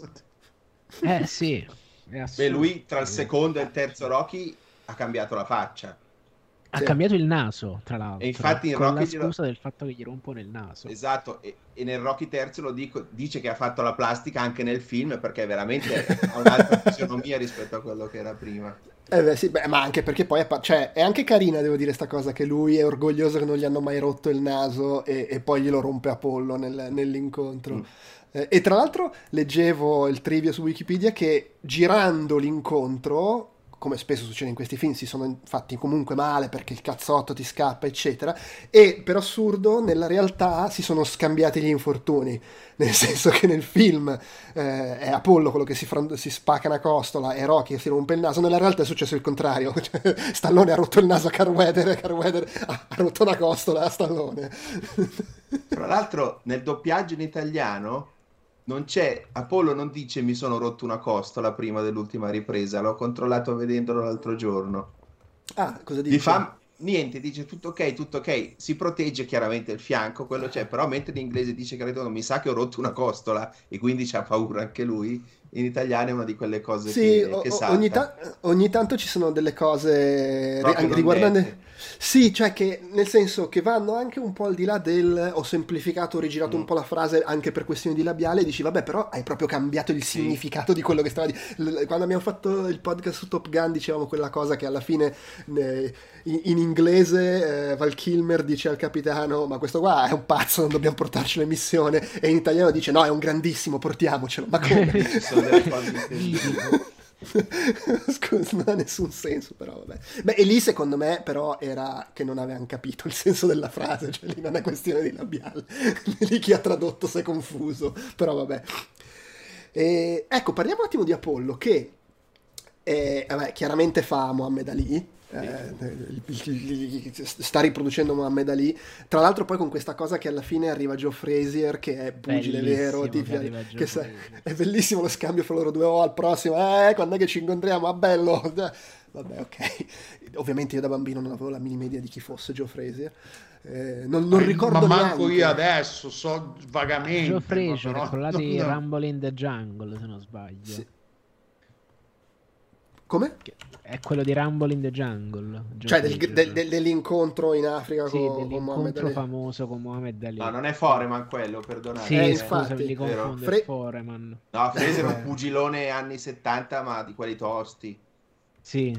C: sì, è
D: Beh,
C: assurdo.
D: lui tra il secondo e il terzo Rocky ha cambiato la faccia.
C: Ha cambiato il naso, tra l'altro,
D: E infatti in
C: con
D: Rocky
C: la scusa del fatto che gli rompono il naso.
D: Esatto, e nel Rocky terzo dice che ha fatto la plastica anche nel film perché veramente ha un'altra fisionomia rispetto a quello che era prima.
A: Sì, ma anche perché poi cioè, è anche carina, devo dire, sta cosa che lui è orgoglioso che non gli hanno mai rotto il naso e poi glielo rompe Apollo nell'incontro. E tra l'altro leggevo il trivia su Wikipedia che girando l'incontro, come spesso succede in questi film, si sono fatti comunque male perché il cazzotto ti scappa, eccetera, e per assurdo nella realtà si sono scambiati gli infortuni, nel senso che nel film è Apollo quello che si spacca una costola e Rocky si rompe il naso, nella realtà è successo il contrario. Cioè, Stallone ha rotto il naso a Carrueder e Carrueder ha rotto una costola a Stallone.
D: Tra l'altro nel doppiaggio in italiano Apollo non dice mi sono rotto una costola prima dell'ultima ripresa, l'ho controllato vedendolo l'altro giorno.
A: Ah, cosa dice?
D: Niente, dice tutto ok, si protegge chiaramente il fianco, quello c'è, però mentre in inglese dice che mi sa che ho rotto una costola e quindi c'ha paura anche lui, in italiano è una di quelle cose che salta.
A: Ogni tanto ci sono delle cose
D: Proprio
A: riguardanti. Sì, cioè che nel senso che vanno anche un po' al di là del ho semplificato, ho rigirato un po' la frase anche per questioni di labiale, e dici vabbè, però hai proprio cambiato il significato di quello che stava dicendo. Quando abbiamo fatto il podcast su Top Gun dicevamo quella cosa che alla fine in inglese Val Kilmer dice al capitano ma questo qua è un pazzo, non dobbiamo portarcelo in missione, e in italiano dice no, è un grandissimo, portiamocelo. Ma come?
D: Ci sono delle cose
A: Scusa, non ha nessun senso, però vabbè. Beh, e lì secondo me però era che non avevano capito il senso della frase, cioè lì non è questione di labiale, lì chi ha tradotto si è confuso, però vabbè. Ecco, parliamo un attimo di Apollo, che vabbè, chiaramente fa Muhammad Ali, sta riproducendo Muhammad Ali, tra l'altro poi con questa cosa che alla fine arriva Joe Frazier che è pugile vero, è bellissimo lo scambio fra loro due, al prossimo quando è che ci incontriamo, bello. Vabbè, ok, ovviamente io da bambino non avevo la minima idea di chi fosse Joe Frazier, non ricordo
B: ma manco
A: neanche.
B: Io adesso so vagamente
C: Joe Frazier
B: però,
C: è quello di Rumble in the Jungle, se non sbaglio.
A: Sì. Come?
C: È quello di Rumble in the Jungle.
A: Cioè dell'incontro in Africa con Muhammad Ali.
C: Famoso con Muhammad Ali.
D: No, non è Foreman quello, perdonate.
C: Sì,
A: infatti,
C: scusami, li confondo, Foreman.
D: No, Fraser è un pugilone anni 70, ma di quelli tosti.
C: Sì.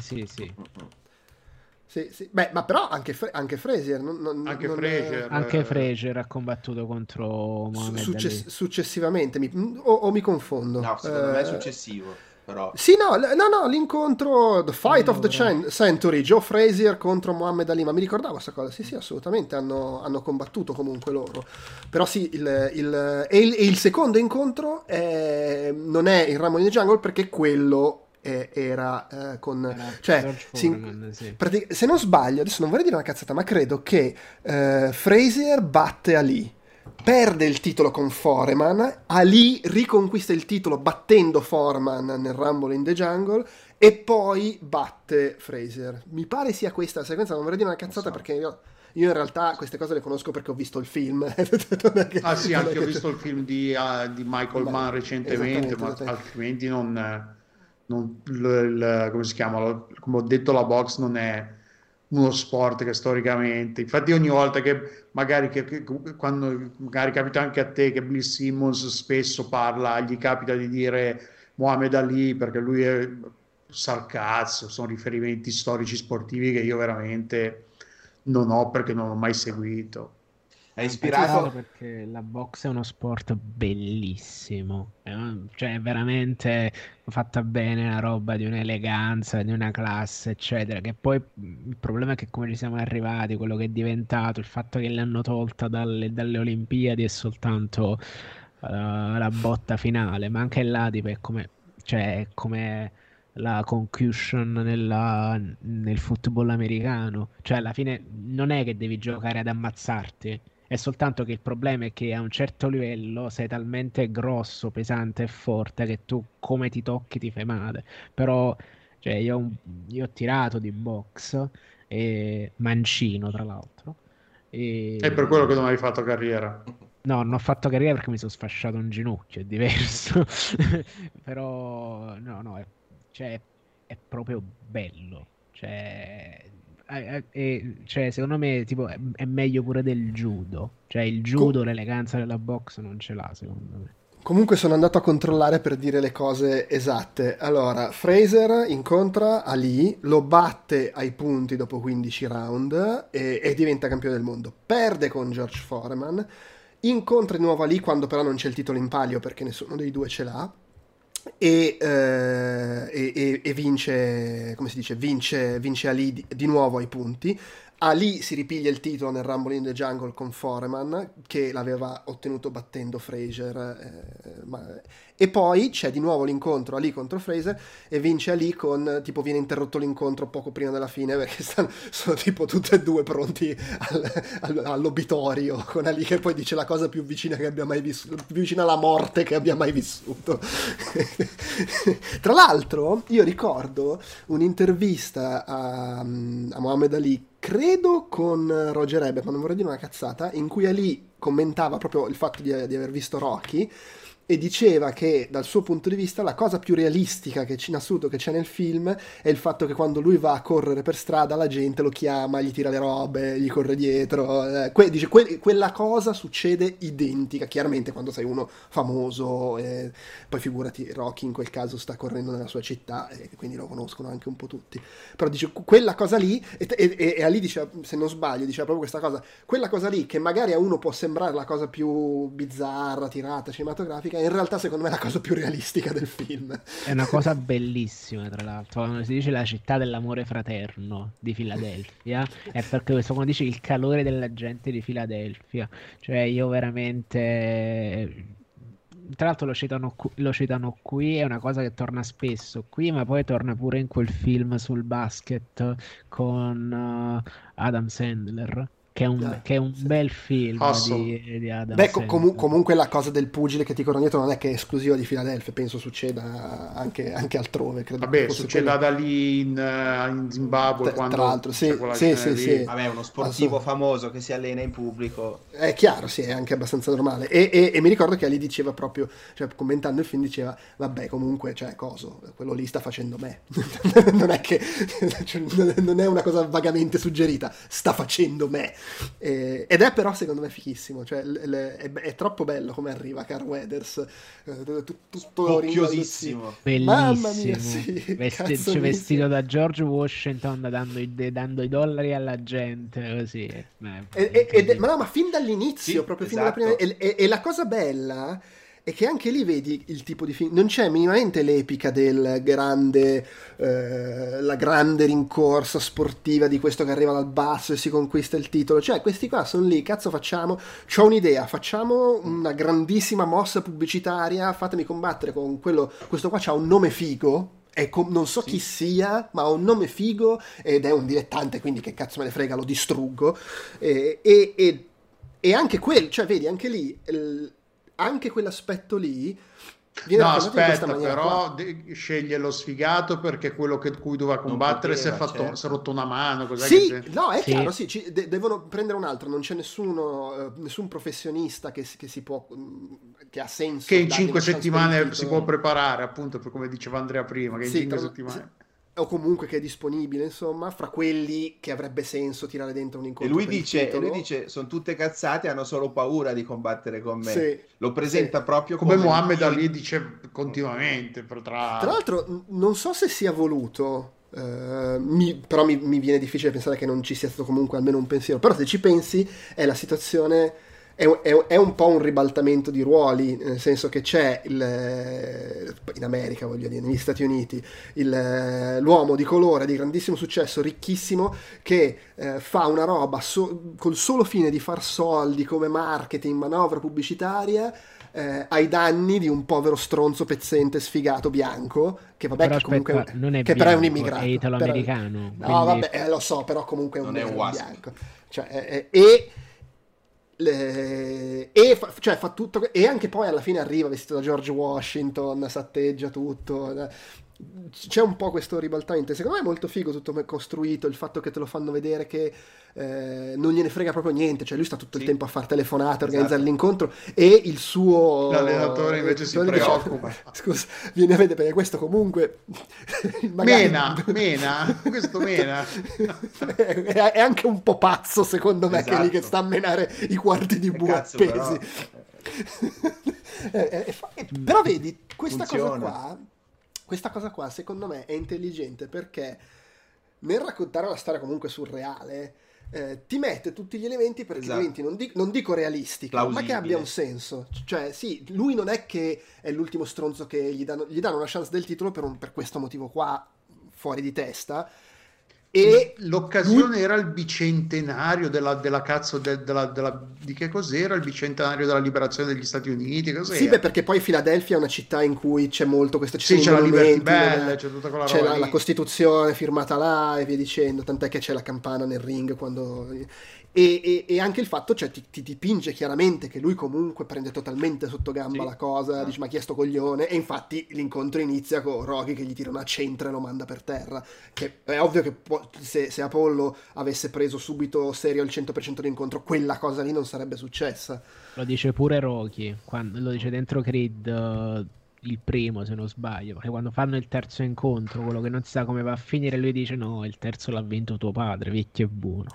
A: Sì. Beh, ma però anche Frazier
B: anche
C: Frazier ha combattuto contro Muhammad Ali.
A: Successivamente o mi confondo?
D: No, secondo me è successivo. Però.
A: Sì, no, l'incontro The Fight of the Century, Joe Frazier contro Muhammad Ali, ma mi ricordavo questa cosa. Sì, assolutamente hanno combattuto comunque loro. Però sì, il secondo incontro non è il Rumble in the Jungle, perché quello era con
C: Foreman, sì.
A: se non sbaglio, adesso non vorrei dire una cazzata, ma credo che Frazier batte Ali, perde il titolo con Foreman, Ali riconquista il titolo battendo Foreman nel Rumble in the Jungle e poi batte Frazier. Mi pare sia questa la sequenza, non vorrei dire una cazzata perché io in realtà queste cose le conosco perché ho visto il film.
B: Sì, anche ho visto il film di Michael Mann recentemente, ma altrimenti come si chiama? Come ho detto, la box non è uno sport che storicamente, infatti ogni volta che magari quando magari capita anche a te che Bill Simmons spesso gli capita di dire Muhammad Ali perché lui è sarcazzo, sono riferimenti storici sportivi che io veramente non ho, perché non ho mai seguito.
D: È ispirato
C: perché la box è uno sport bellissimo, cioè è veramente fatta bene, una roba di un'eleganza, di una classe, eccetera. Che poi il problema è che come ci siamo arrivati, quello che è diventato, il fatto che l'hanno tolta dalle Olimpiadi è soltanto la botta finale, ma anche là tipo, cioè, è come la concussion nel football americano, cioè alla fine non è che devi giocare ad ammazzarti. È soltanto che il problema è che a un certo livello sei talmente grosso, pesante e forte che tu come ti tocchi ti fai male. Però, cioè, io ho tirato di box, e mancino tra l'altro.
B: È per quello che
C: E...
B: non hai fatto carriera.
C: No, non ho fatto carriera perché mi sono sfasciato un ginocchio, è diverso. Però, no, cioè, è proprio bello. Cioè, secondo me tipo, è meglio pure del judo. Cioè, il judo, l'eleganza della box non ce l'ha, secondo me.
A: Comunque sono andato a controllare per dire le cose esatte. Allora, Fraser incontra Ali, lo batte ai punti dopo 15 round e diventa campione del mondo. Perde con George Foreman, incontra di nuovo Ali quando però non c'è il titolo in palio perché nessuno dei due ce l'ha. E vince, come si dice, vince Ali di nuovo ai punti. Ali si ripiglia il titolo nel Rumble in the Jungle con Foreman, che l'aveva ottenuto battendo Fraser, e poi c'è di nuovo l'incontro Ali contro Fraser e vince Ali con, tipo, viene interrotto l'incontro poco prima della fine perché sono tipo tutte e due pronti all'obitorio, con Ali che poi dice la cosa più vicina che abbia mai vissuto, più vicina alla morte che abbia mai vissuto. Tra l'altro io ricordo un'intervista a Muhammad Ali, credo con Roger Ebert, ma non vorrei dire una cazzata, in cui Ali commentava proprio il fatto di aver visto Rocky e diceva che dal suo punto di vista la cosa più realistica che in assoluto che c'è nel film è il fatto che quando lui va a correre per strada la gente lo chiama, gli tira le robe, gli corre dietro, dice quella cosa succede identica, chiaramente quando sei uno famoso, poi figurati Rocky in quel caso sta correndo nella sua città e quindi lo conoscono anche un po' tutti, però dice quella cosa lì e Ali diceva, se non sbaglio, diceva proprio questa cosa, quella cosa lì che magari a uno può sembrare la cosa più bizzarra, tirata, cinematografica, in realtà secondo me è la cosa più realistica del film.
C: È una cosa bellissima, tra l'altro, quando si dice la città dell'amore fraterno di Filadelfia, è perché questo, quando dice il calore della gente di Filadelfia, cioè io veramente... Tra l'altro lo citano qui, è una cosa che torna spesso qui, ma poi torna pure in quel film sul basket con Adam Sandler. Che è un
A: sì.
C: bel film
B: Awesome.
C: di Adam
A: Beh,
C: Sandler.
A: comunque la cosa del pugile che ti corrono dietro non è che è esclusiva di Filadelfia, penso succeda anche altrove. Credo
B: Vabbè,
A: che
B: succeda da lì in Zimbabwe quando
A: tra l'altro,
B: c'è
A: sì,
B: quella
A: sì,
B: scena
A: sì,
B: lì.
A: sì.
D: Vabbè, uno sportivo famoso che si allena in pubblico.
A: È chiaro, sì, è anche abbastanza normale. E mi ricordo che Ali diceva proprio, cioè commentando il film, diceva, vabbè, comunque, cioè, quello lì sta facendo me. Non è che, cioè, non è una cosa vagamente suggerita, sta facendo me. Ed è però, secondo me, fichissimo. Cioè, è troppo bello come arriva Carl Weathers, tutto
D: Occhiosissimo.
C: Bellissimo.
A: Mamma mia, sì,
C: vestito da George Washington dando i dollari alla gente così.
A: Ma fin dall'inizio,
D: Sì,
A: proprio fin
D: esatto.
A: dalla prima. E la cosa bella è che anche lì vedi il tipo di film. Non c'è minimamente l'epica del grande, la grande rincorsa sportiva di questo che arriva dal basso e si conquista il titolo. Cioè, questi qua sono lì, cazzo, c'ho un'idea, facciamo una grandissima mossa pubblicitaria, fatemi combattere con questo qua c'ha un nome figo. Non so chi sia, ma ha un nome figo ed è un dilettante, quindi che cazzo me ne frega, lo distruggo. E anche cioè vedi, anche lì, anche quell'aspetto lì viene
B: No,
A: raccontato in questa
B: aspetta,
A: maniera
B: però
A: qua.
B: sceglie lo sfigato perché quello cui doveva combattere si è
D: poteva,
B: si è rotto una mano. Cos'è
A: Sì,
B: che
A: no, è
C: Sì.
A: chiaro, sì, devono prendere un altro, non c'è nessun professionista che si può, che ha senso.
B: che in
A: dargli
B: 5
A: una chance per il
B: settimane
A: titolo.
B: si può preparare, appunto, per come diceva Andrea prima, che in
A: Sì,
B: 5 settimane.
A: o comunque che è disponibile, insomma, fra quelli che avrebbe senso tirare dentro un
D: E
A: incontro
D: lui
A: per il
D: dice,
A: titolo.
D: sono tutte cazzate, hanno solo paura di combattere con me.
A: Sì,
D: Lo presenta
A: sì.
D: proprio
B: Come Muhammad
D: io-
B: Ali dice continuamente, tra
A: Tra l'altro, non so se sia voluto, però mi viene difficile pensare che non ci sia stato comunque almeno un pensiero. Però se ci pensi è la situazione, è un po' un ribaltamento di ruoli, nel senso che c'è in America, voglio dire, negli Stati Uniti, l'uomo di colore di grandissimo successo, ricchissimo, che fa una roba col solo fine di far soldi come marketing, manovra pubblicitaria, ai danni di un povero stronzo pezzente sfigato bianco che vabbè,
C: però
A: che comunque
C: aspetta, non è
A: che
C: bianco,
A: però è un immigrato,
C: è italo-americano,
A: no
C: quindi...
A: vabbè, lo so, però comunque è un bianco, cioè cioè fa tutto, e anche poi alla fine arriva vestito da George Washington, satteggia tutto, c'è un po' questo ribaltamento. Secondo me è molto figo tutto costruito, il fatto che te lo fanno vedere che non gliene frega proprio niente, cioè lui sta tutto il tempo a fare telefonate, organizzare l'incontro, e il suo
B: l'allenatore invece si preoccupa,
A: scusa, viene a vedere, perché questo comunque
B: mena questo mena
A: è anche un po' pazzo secondo me, che è lì che sta a menare i quarti di bue appesi. Però vedi, questa cosa qua secondo me è intelligente, perché nel raccontare una storia comunque surreale ti mette tutti gli elementi perché diventi, non dico realistica, ma che abbia un senso. Cioè sì, lui non è che è l'ultimo stronzo che gli danno una chance del titolo per questo motivo qua fuori di testa. E
B: l'occasione era il bicentenario della cazzo di che cos'era il bicentenario della liberazione degli Stati Uniti? Cos'era?
A: Sì, beh, perché poi Filadelfia è una città in cui c'è molto questo,
B: c'è la Liberty Bell, c'è tutta quella roba,
A: c'è la Costituzione firmata là e via dicendo, tant'è che c'è la campana nel ring quando... E anche il fatto, cioè ti dipinge chiaramente che lui comunque prende totalmente sotto gamba la cosa, dice ma chi è sto coglione, e infatti l'incontro inizia con Rocky che gli tira una centra e lo manda per terra, che è ovvio che se Apollo avesse preso subito serio al 100% l'incontro, quella cosa lì non sarebbe successa.
C: Lo dice pure Rocky, lo dice dentro Creed, il primo se non sbaglio, perché quando fanno il terzo incontro, quello che non sa come va a finire, lui dice no, il terzo l'ha vinto tuo padre, vecchio e buono.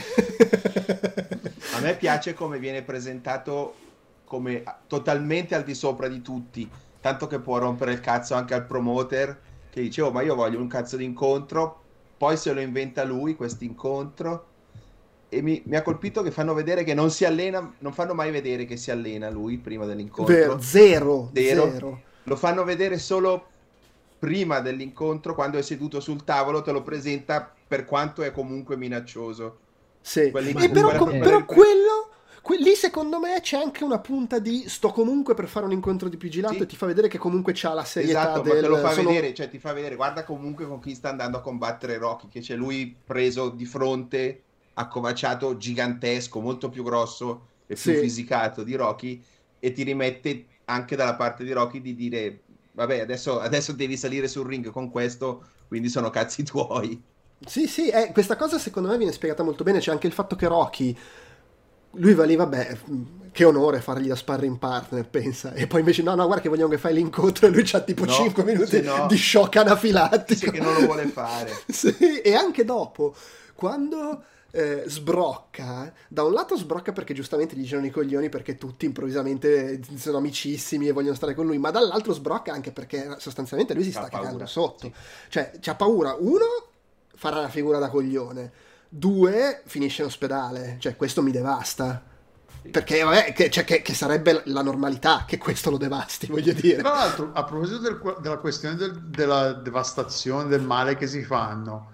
D: A me piace come viene presentato come totalmente al di sopra di tutti, tanto che può rompere il cazzo anche al promoter che dice oh ma io voglio un cazzo di incontro, poi se lo inventa lui questo incontro. E mi ha colpito che fanno vedere che non si allena, non fanno mai vedere che si allena lui prima dell'incontro.
A: Zero.
D: Lo fanno vedere solo prima dell'incontro, quando è seduto sul tavolo, te lo presenta per quanto è comunque minaccioso.
A: Sì, però quello lì secondo me c'è anche una punta di sto comunque per fare un incontro di pugilato, e ti fa vedere che comunque c'ha la serietà
D: ma te lo fa vedere, cioè ti fa vedere, guarda comunque con chi sta andando a combattere Rocky, che c'è lui preso di fronte, accovacciato, gigantesco, molto più grosso e più fisicato di Rocky, e ti rimette anche dalla parte di Rocky di dire vabbè adesso devi salire sul ring con questo, quindi sono cazzi tuoi.
A: Sì, questa cosa secondo me viene spiegata molto bene. C'è anche il fatto che Rocky, lui va lì, vabbè, che onore fargli da sparring partner, pensa, e poi invece no guarda che vogliamo che fai l'incontro, e lui c'ha tipo 5 minuti di shock anafilattico,
D: dice che non lo vuole fare.
A: Sì, e anche dopo quando sbrocca, da un lato sbrocca perché giustamente gli girano i coglioni perché tutti improvvisamente sono amicissimi e vogliono stare con lui, ma dall'altro sbrocca anche perché sostanzialmente lui si sta cagando sotto, cioè c'ha paura, uno farà una figura da coglione, due finisce in ospedale, cioè questo mi devasta, perché vabbè che sarebbe la normalità che questo lo devasti, voglio dire.
B: Tra l'altro, a proposito della questione della devastazione, del male che si fanno,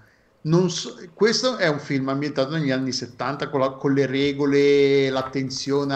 B: questo è un film ambientato negli anni 70 con le regole, l'attenzione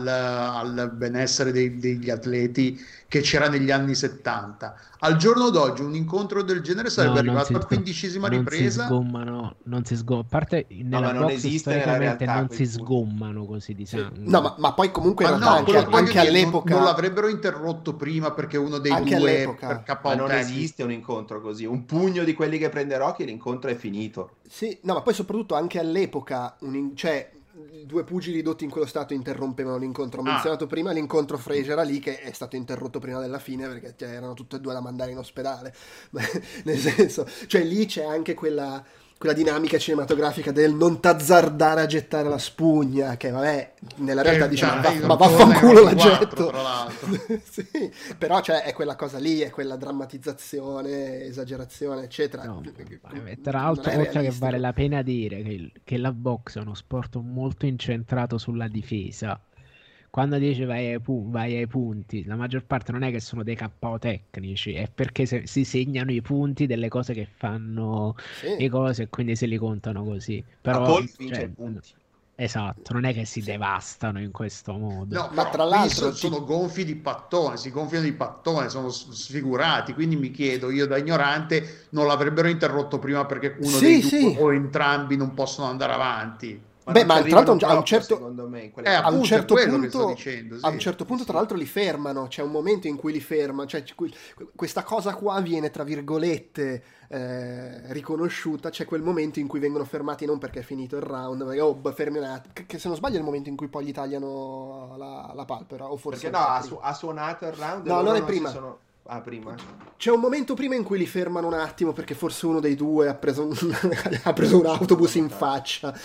B: al benessere degli atleti che c'era negli anni 70. Al giorno d'oggi un incontro del genere sarebbe arrivato alla 15ª ripresa.
C: Non si sgommano, a parte nella
D: non esiste nella realtà,
C: non si sgommano così di sangue.
A: No, ma poi comunque anche all'epoca
B: non l'avrebbero interrotto prima perché uno dei
A: anche
B: due
A: all'epoca.
D: Ma non esiste un incontro così, un pugno di quelli che prende Rocky, l'incontro è finito.
A: Sì, no, ma poi soprattutto anche all'epoca cioè due pugili ridotti in quello stato interrompevano l'incontro. Ho menzionato prima l'incontro Fraser lì, che è stato interrotto prima della fine perché erano tutte e due da mandare in ospedale. Nel senso, cioè lì c'è anche quella quella dinamica cinematografica del non t'azzardare a gettare la spugna, che vabbè, nella realtà diciamo ma vaffanculo la getto.
B: Tra l'altro.
A: Sì, però cioè è quella cosa lì, è quella drammatizzazione, esagerazione, eccetera.
C: No, tra l'altro, oltre che vale la pena dire che la box è uno sport molto incentrato sulla difesa. Quando dice vai ai punti, la maggior parte non è che sono dei KO tecnici, è perché si segnano i punti delle cose che fanno le cose e quindi se li contano così. Però
D: vince punti.
C: Esatto, non è che si devastano in questo modo.
B: No, ma tra l'altro sono gonfi di pattone, si gonfiano di pattone, sono sfigurati, quindi mi chiedo, io da ignorante, non l'avrebbero interrotto prima perché uno dei due o entrambi non possono andare avanti.
A: Ma tra l'altro a un certo
D: secondo me,
A: a un certo punto,
B: dicendo,
A: a un certo punto tra l'altro li fermano, c'è un momento in cui li fermano, cioè questa cosa qua viene tra virgolette riconosciuta, c'è quel momento in cui vengono fermati non perché è finito il round, perché, fermi un attimo, che se non sbaglio è il momento in cui poi gli tagliano la palpebra, o forse
D: perché ha suonato il round,
A: no, non è prima.
D: Prima.
A: C'è un momento prima in cui li fermano un attimo perché forse uno dei due ha preso un autobus in faccia,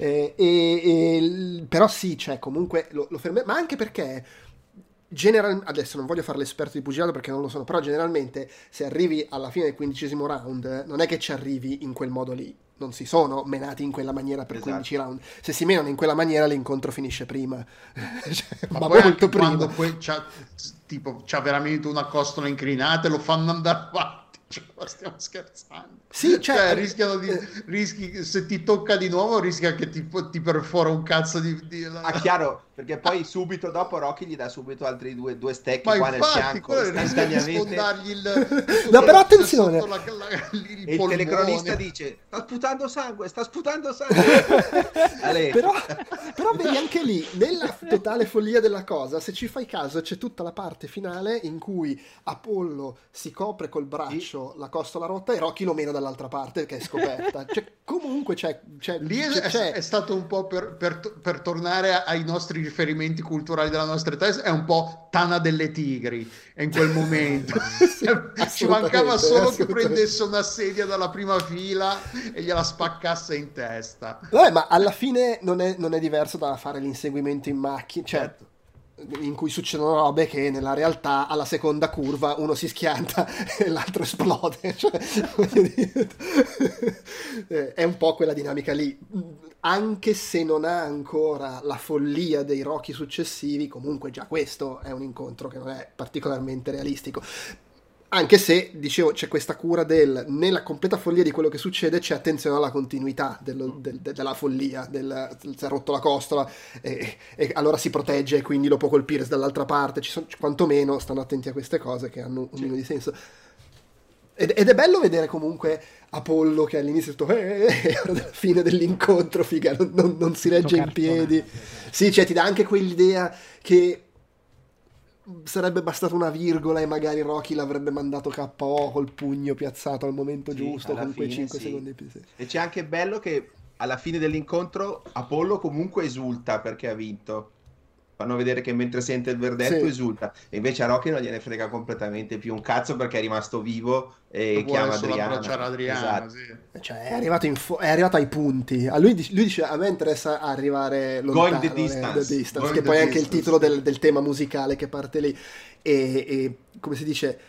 A: però sì, cioè comunque lo ferma, ma anche perché adesso non voglio fare l'esperto di pugilato perché non lo sono, però generalmente se arrivi alla fine del 15° round non è che ci arrivi in quel modo lì, non si sono menati in quella maniera per 15 round, se si menano in quella maniera l'incontro finisce prima. Cioè, ma molto prima,
B: quando poi c'ha veramente una costola inclinata e lo fanno andare avanti. Cioè, stiamo scherzando.
A: Sì,
B: cioè rischi, se ti tocca di nuovo rischia che ti perfora un cazzo di...
D: chiaro, perché poi subito dopo Rocky gli dà subito altri due stecchi
B: ma
D: qua nel fianco,
B: rischia di sfondargli
A: no, però attenzione,
D: il telecronista dice sta sputando sangue
A: però vedi anche lì nella totale follia della cosa, se ci fai caso c'è tutta la parte finale in cui Apollo si copre col braccio la costola rotta e Rocky lo mena dall'altra parte che è scoperta. Cioè, comunque lì
B: è stato un po' per tornare ai nostri riferimenti culturali della nostra età, è un po' Tana delle Tigri, e in quel momento ci mancava solo che prendesse una sedia dalla prima fila e gliela spaccasse in testa.
A: Vabbè, ma alla fine non è diverso da fare l'inseguimento in macchina, certo, in cui succedono robe che nella realtà alla seconda curva uno si schianta e l'altro esplode, cioè, è un po' quella dinamica lì, anche se non ha ancora la follia dei Rocky successivi. Comunque già questo è un incontro che non è particolarmente realistico, anche se, dicevo, c'è questa cura nella completa follia di quello che succede c'è attenzione alla continuità della follia, si è rotto la costola e allora si protegge e quindi lo può colpire dall'altra parte, quantomeno stanno attenti a queste cose che hanno un minimo di senso. Ed è bello vedere comunque Apollo che all'inizio alla fine dell'incontro, figa, non si regge in piedi. Sì, cioè ti dà anche quell'idea che sarebbe bastata una virgola e magari Rocky l'avrebbe mandato KO col pugno piazzato al momento giusto, con quei 5 secondi più.
D: E c'è anche bello che alla fine dell'incontro Apollo comunque esulta perché ha vinto. Fanno vedere che mentre sente il verdetto esulta, e invece a Rocky non gliene frega completamente più un cazzo perché è rimasto vivo e chiama
B: Adriana.
D: Esatto.
B: Sì.
A: Cioè è arrivato ai punti. Lui dice a me interessa arrivare lontano,
D: the distance,
A: che poi è anche il titolo del tema musicale che parte lì, e come si dice,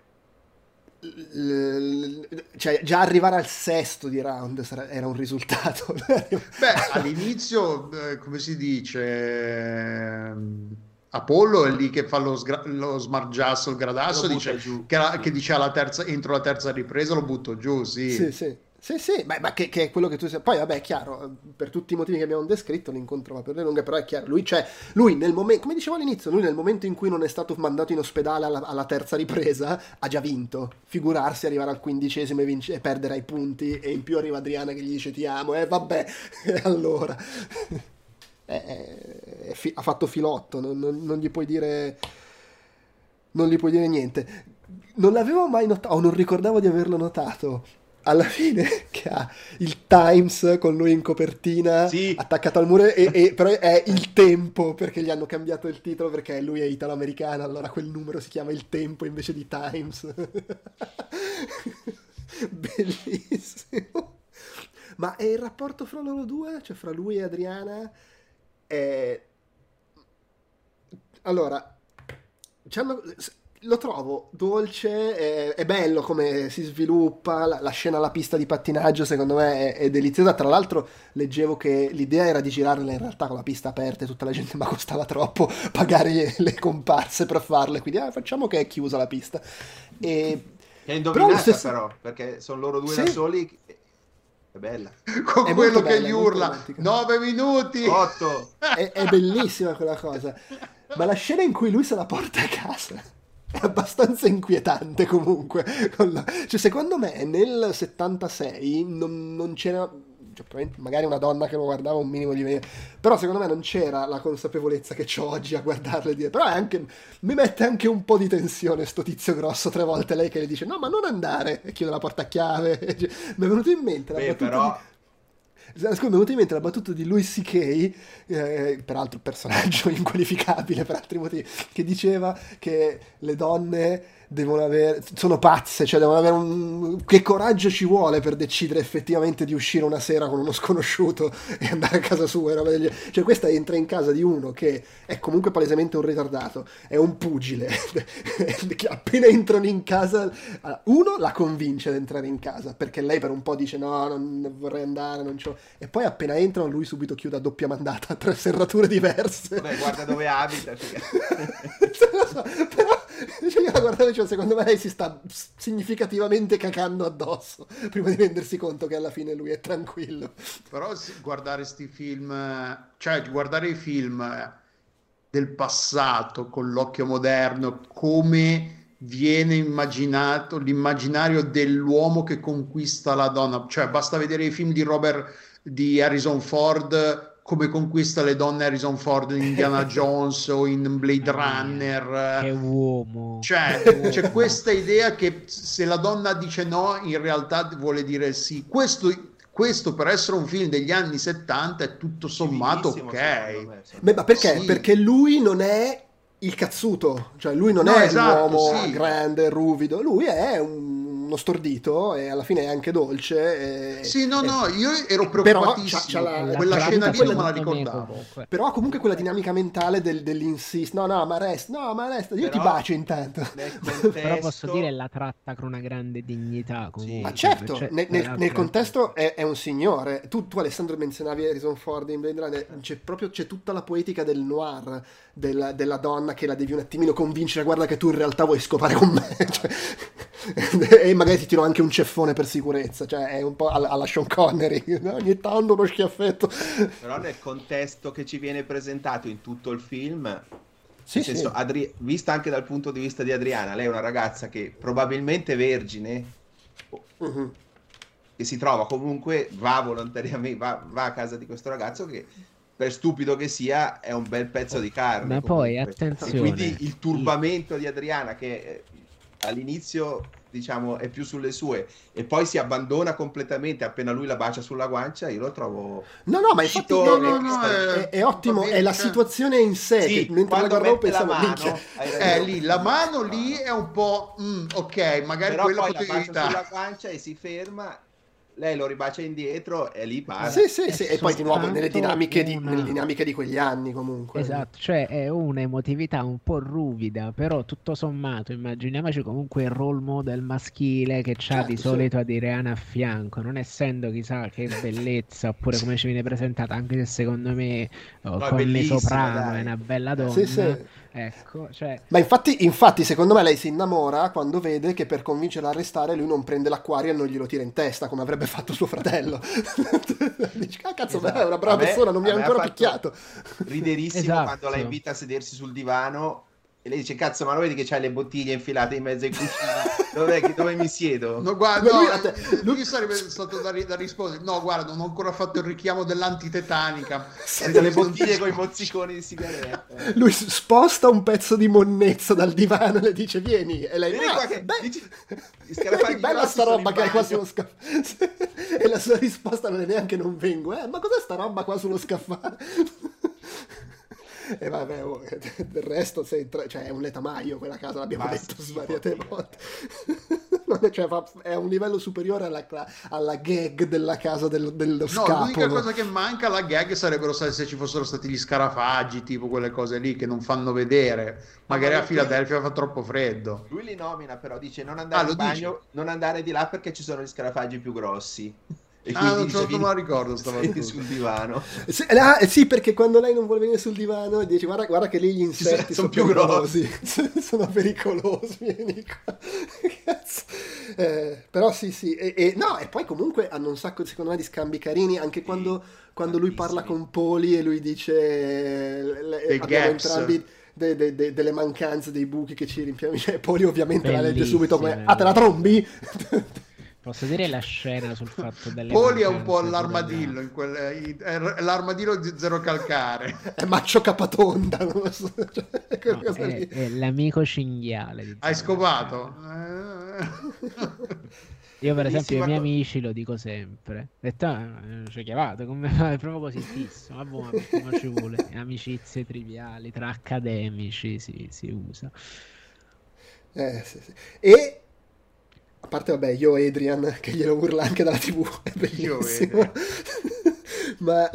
A: cioè già arrivare al 6° di round era un risultato.
B: All'inizio come si dice, Apollo è lì che fa lo smargiasso, il gradasso, dice che dice entro la terza ripresa lo butto giù. Sì, ma che è quello che tu sai. Poi vabbè, è chiaro, per tutti i motivi che abbiamo descritto l'incontro va per le lunghe, però è chiaro, lui nel momento, come dicevo all'inizio, lui nel momento in cui non è stato mandato in ospedale alla terza ripresa ha già vinto. Figurarsi arrivare al 15° e perdere ai punti, e in più arriva Adriana che gli dice ti amo, vabbè, allora ha fatto filotto, non gli puoi dire niente. Non l'avevo mai notato, o non ricordavo di averlo notato alla fine, che ha il Times con lui in copertina attaccato al muro, però è Il Tempo perché gli hanno cambiato il titolo perché lui è italo-americano, allora quel numero si chiama Il Tempo invece di Times. Bellissimo.
A: Ma è il rapporto fra loro due? Cioè fra lui e Adriana? Allora, lo trovo dolce, è bello come si sviluppa, la scena alla pista di pattinaggio secondo me è deliziosa. Tra l'altro leggevo che l'idea era di girarla in realtà con la pista aperta e tutta la gente, ma costava troppo pagare le comparse per farle, quindi facciamo che è chiusa la pista.
D: È indovinata
A: stesso...
D: però, perché sono loro due
A: sì.
D: Da soli. È bella.
B: Con
A: è
B: quello che
A: bella,
B: gli urla 9 minuti
D: 8.
A: È bellissima quella cosa, ma la scena in cui lui se la porta a casa è abbastanza inquietante comunque. Cioè, secondo me nel 76 non c'era, cioè, magari una donna che lo guardava un minimo di... però secondo me non c'era la consapevolezza che c'ho oggi a guardarlo e dire, però mi mette anche un po' di tensione sto tizio grosso 3 volte, lei che le dice no ma non andare, e chiude la porta a chiave. Mi è venuto in mente la battuta mi è venuta in mente la battuta di Louis C.K., peraltro personaggio inqualificabile per altri motivi, che diceva che le donne sono pazze, cioè devono avere che coraggio ci vuole per decidere effettivamente di uscire una sera con uno sconosciuto e andare a casa sua e roba del genere. Cioè questa entra in casa di uno che è comunque palesemente un ritardato, è un pugile che appena entrano in casa uno la convince ad entrare in casa perché lei per un po' dice no non vorrei andare, non c'ho, e poi appena entrano lui subito chiude a doppia mandata 3 serrature diverse.
D: Beh, guarda dove abita.
A: Lo so, però cioè io la guardavo e dicevo, secondo me lei si sta significativamente cacando addosso prima di rendersi conto che alla fine lui è tranquillo.
B: Però guardare sti film, cioè guardare i film del passato con l'occhio moderno, come viene immaginato l'immaginario dell'uomo che conquista la donna, cioè basta vedere i film di Harrison Ford, come conquista le donne Harrison Ford in Indiana Jones o in Blade Runner.
C: Che uomo.
B: Cioè, c'è questa idea che se la donna dice no, in realtà vuole dire sì. Questo per essere un film degli anni 70 è tutto sommato ok.
A: Beh, ma perché?
B: Sì.
A: Perché lui non è il cazzuto, cioè lui non è l'uomo grande, ruvido, lui è uno stordito e alla fine è anche dolce.
B: Io ero preoccupatissimo. Quella scena lì non me la ricordavo.
A: Però ha comunque quella dinamica mentale dell'insist, no ma resta, io ti bacio intanto.
C: Però posso dire la tratta con una grande dignità comunque.
A: Ma certo, nel contesto è un signore. Tu Alessandro menzionavi Harrison Ford in Blade Runner, c'è tutta la poetica del noir, della donna che la devi un attimino convincere, guarda che tu in realtà vuoi scopare con me, cioè, e magari ti tiro anche un ceffone per sicurezza, cioè è un po' alla Sean Connery, ogni tanto uno schiaffetto.
D: Però nel contesto che ci viene presentato in tutto il film,
A: sì,
D: nel senso, vista anche dal punto di vista di Adriana, lei è una ragazza che probabilmente è vergine, che si trova comunque, va volontariamente, va a casa di questo ragazzo che, per stupido che sia, è un bel pezzo di carne.
C: Ma poi attenzione,
D: e quindi il turbamento di Adriana, che all'inizio diciamo è più sulle sue e poi si abbandona completamente appena lui la bacia sulla guancia, io lo trovo
A: ma infatti è ottimo, è la situazione in sé,
D: sì,
A: che mentre la guardavo pensavo
B: lì la mano lì è un po' ok, magari
D: però
B: quella
D: poi
B: potevi
D: la bacia
B: evitare
D: sulla guancia e si ferma, lei lo ribacia indietro e lì para.
A: Sì, e poi di nuovo nelle dinamiche di quegli anni comunque.
C: Esatto, cioè è un'emotività un po' ruvida, però tutto sommato immaginiamoci comunque il role model maschile che c'ha di solito Adriana a fianco, non essendo chissà che bellezza, oppure come ci viene presentata, anche se secondo me come Soprano è una bella donna.
A: Sì.
C: Ecco, cioè...
A: Ma infatti secondo me lei si innamora quando vede che per convincerla a restare lui non prende l'acquario e non glielo tira in testa come avrebbe fatto suo fratello. Dici, cazzo, esatto. È una brava persona, non mi ha ancora picchiato.
D: Riderissimo quando la invita a sedersi sul divano e lei dice, cazzo, ma lo vedi che c'hai le bottiglie infilate in mezzo ai cuscini? Dove mi siedo?
B: No, guarda, lui sarebbe stato da rispondere, no, guarda, non ho ancora fatto il richiamo dell'antitetanica.
D: Le bottiglie con i mozziconi di sigaretta.
A: Lui sposta un pezzo di monnezza dal divano e le dice, vieni. E lei, bella sta roba che hai qua sullo scaffale. E la sua risposta non è neanche non vengo. Ma cos'è sta roba qua sullo scaffale? E vabbè, del resto cioè, è un letamaio quella casa, l'abbiamo detto svariate volte. Cioè, è un livello superiore alla gag della casa dello scapolo.
B: L'unica cosa che manca alla gag sarebbero stati se ci fossero stati gli scarafaggi, tipo quelle cose lì che non fanno vedere. Magari a Filadelfia fa troppo freddo.
D: Lui li nomina, però dice non andare in bagno, non andare di là perché ci sono gli scarafaggi più grossi. E
B: non me la ricordo stamattina
D: sul divano.
A: Sì, perché quando lei non vuole venire sul divano e dice guarda che lì gli insetti sono più grossi. Sono pericolosi, vieni qua. Cazzo. Però sì. E poi comunque hanno un sacco, secondo me, di scambi carini, anche quando lui parla con Poli e lui dice abbiamo entrambi delle mancanze, dei buchi che ci rimpiamo. Cioè, Poli ovviamente la legge subito come te la trombi?
C: Posso dire la scena sul fatto delle
B: Poli è un po' l'armadillo è l'armadillo di Zero Calcare.
A: È Maccio Capatonda, non lo so. Cioè,
C: è l'amico cinghiale.
B: Hai scopato?
C: Io per esempio ai miei amici lo dico sempre. Ci ho chiamato come è proprio così fisso. Ma buono, non ci vuole. Amicizie triviali tra accademici si usa.
A: Sì. E a parte, vabbè, io Adrian, che glielo urla anche dalla TV, è bellissimo. Ma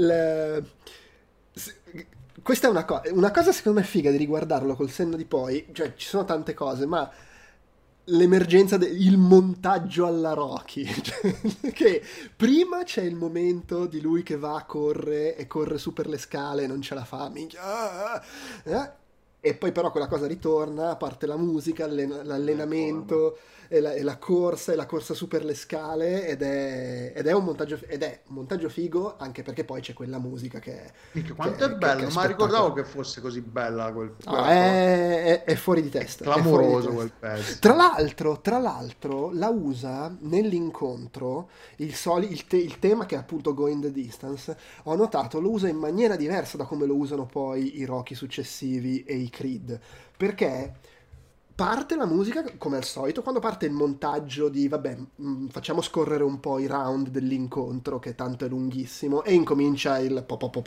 A: questa è una cosa secondo me figa di riguardarlo col senno di poi, cioè ci sono tante cose, ma l'emergenza il montaggio alla Rocky, cioè, che prima c'è il momento di lui che va, corre su per le scale, non ce la fa, minchia, e poi però quella cosa ritorna, parte la musica, l'allenamento e la corsa su per le scale ed è un montaggio figo, anche perché poi c'è quella musica che
B: quanto è bella, ma ricordavo che fosse così bella
A: è fuori di testa,
B: clamoroso quel pezzo.
A: Tra l'altro la usa nell'incontro il tema che è appunto Going the Distance, ho notato lo usa in maniera diversa da come lo usano poi i Rocky successivi e i Creed, perché parte la musica come al solito, quando parte il montaggio di vabbè, facciamo scorrere un po' i round dell'incontro che tanto è lunghissimo e incomincia il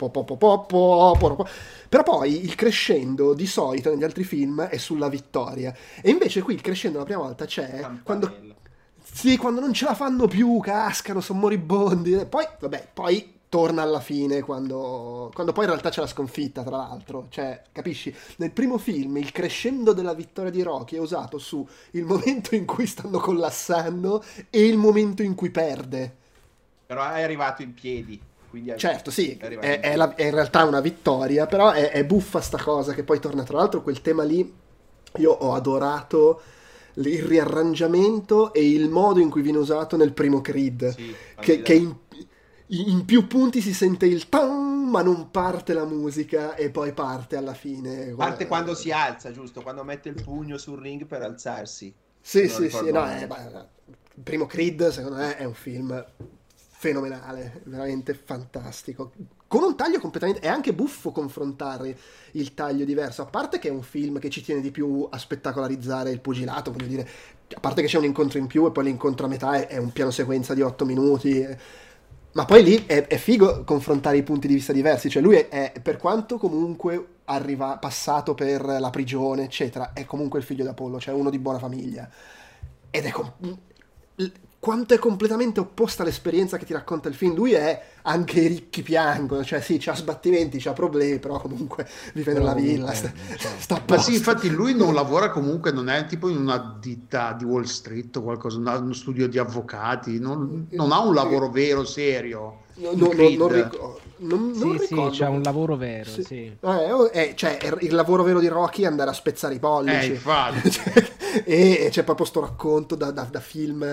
A: però poi il crescendo di solito negli altri film è sulla vittoria e invece qui il crescendo la prima volta c'è quando non ce la fanno più, cascano, sono moribondi e poi torna alla fine quando poi in realtà c'è la sconfitta, tra l'altro, cioè, capisci? Nel primo film il crescendo della vittoria di Rocky è usato su il momento in cui stanno collassando e il momento in cui perde.
D: Però è arrivato in piedi.
A: Certo, sì, è in realtà una vittoria, però è buffa sta cosa che poi torna, tra l'altro quel tema lì io ho adorato il riarrangiamento e il modo in cui viene usato nel primo Creed, sì, che in più punti si sente il tan, ma non parte la musica e poi parte alla fine.
D: Parte quando si alza, giusto? Quando mette il pugno sul ring per alzarsi.
A: Sì, il primo Creed secondo me è un film fenomenale, veramente fantastico, con un taglio completamente, è anche buffo confrontare il taglio diverso, a parte che è un film che ci tiene di più a spettacolarizzare il pugilato, voglio dire, a parte che c'è un incontro in più e poi l'incontro a metà è un piano sequenza di 8 minuti, ma poi lì è figo confrontare i punti di vista diversi, cioè lui è per quanto comunque passato per la prigione eccetera, è comunque il figlio d'Apollo, cioè uno di buona famiglia, ed è quanto è completamente opposta all'esperienza che ti racconta il film. Lui è anche i ricchi piangono, cioè sì, c'ha sbattimenti, c'ha problemi, però comunque vive nella villa, sta
B: ma sì, infatti lui non lavora comunque, non è tipo in una ditta di Wall Street o qualcosa, uno studio di avvocati, non ha un lavoro vero, serio.
A: Non ricordo.
C: Sì, c'ha un lavoro vero, sì.
A: Cioè, il lavoro vero di Rocky è andare a spezzare i pollici.
B: Infatti.
A: E c'è proprio sto racconto da film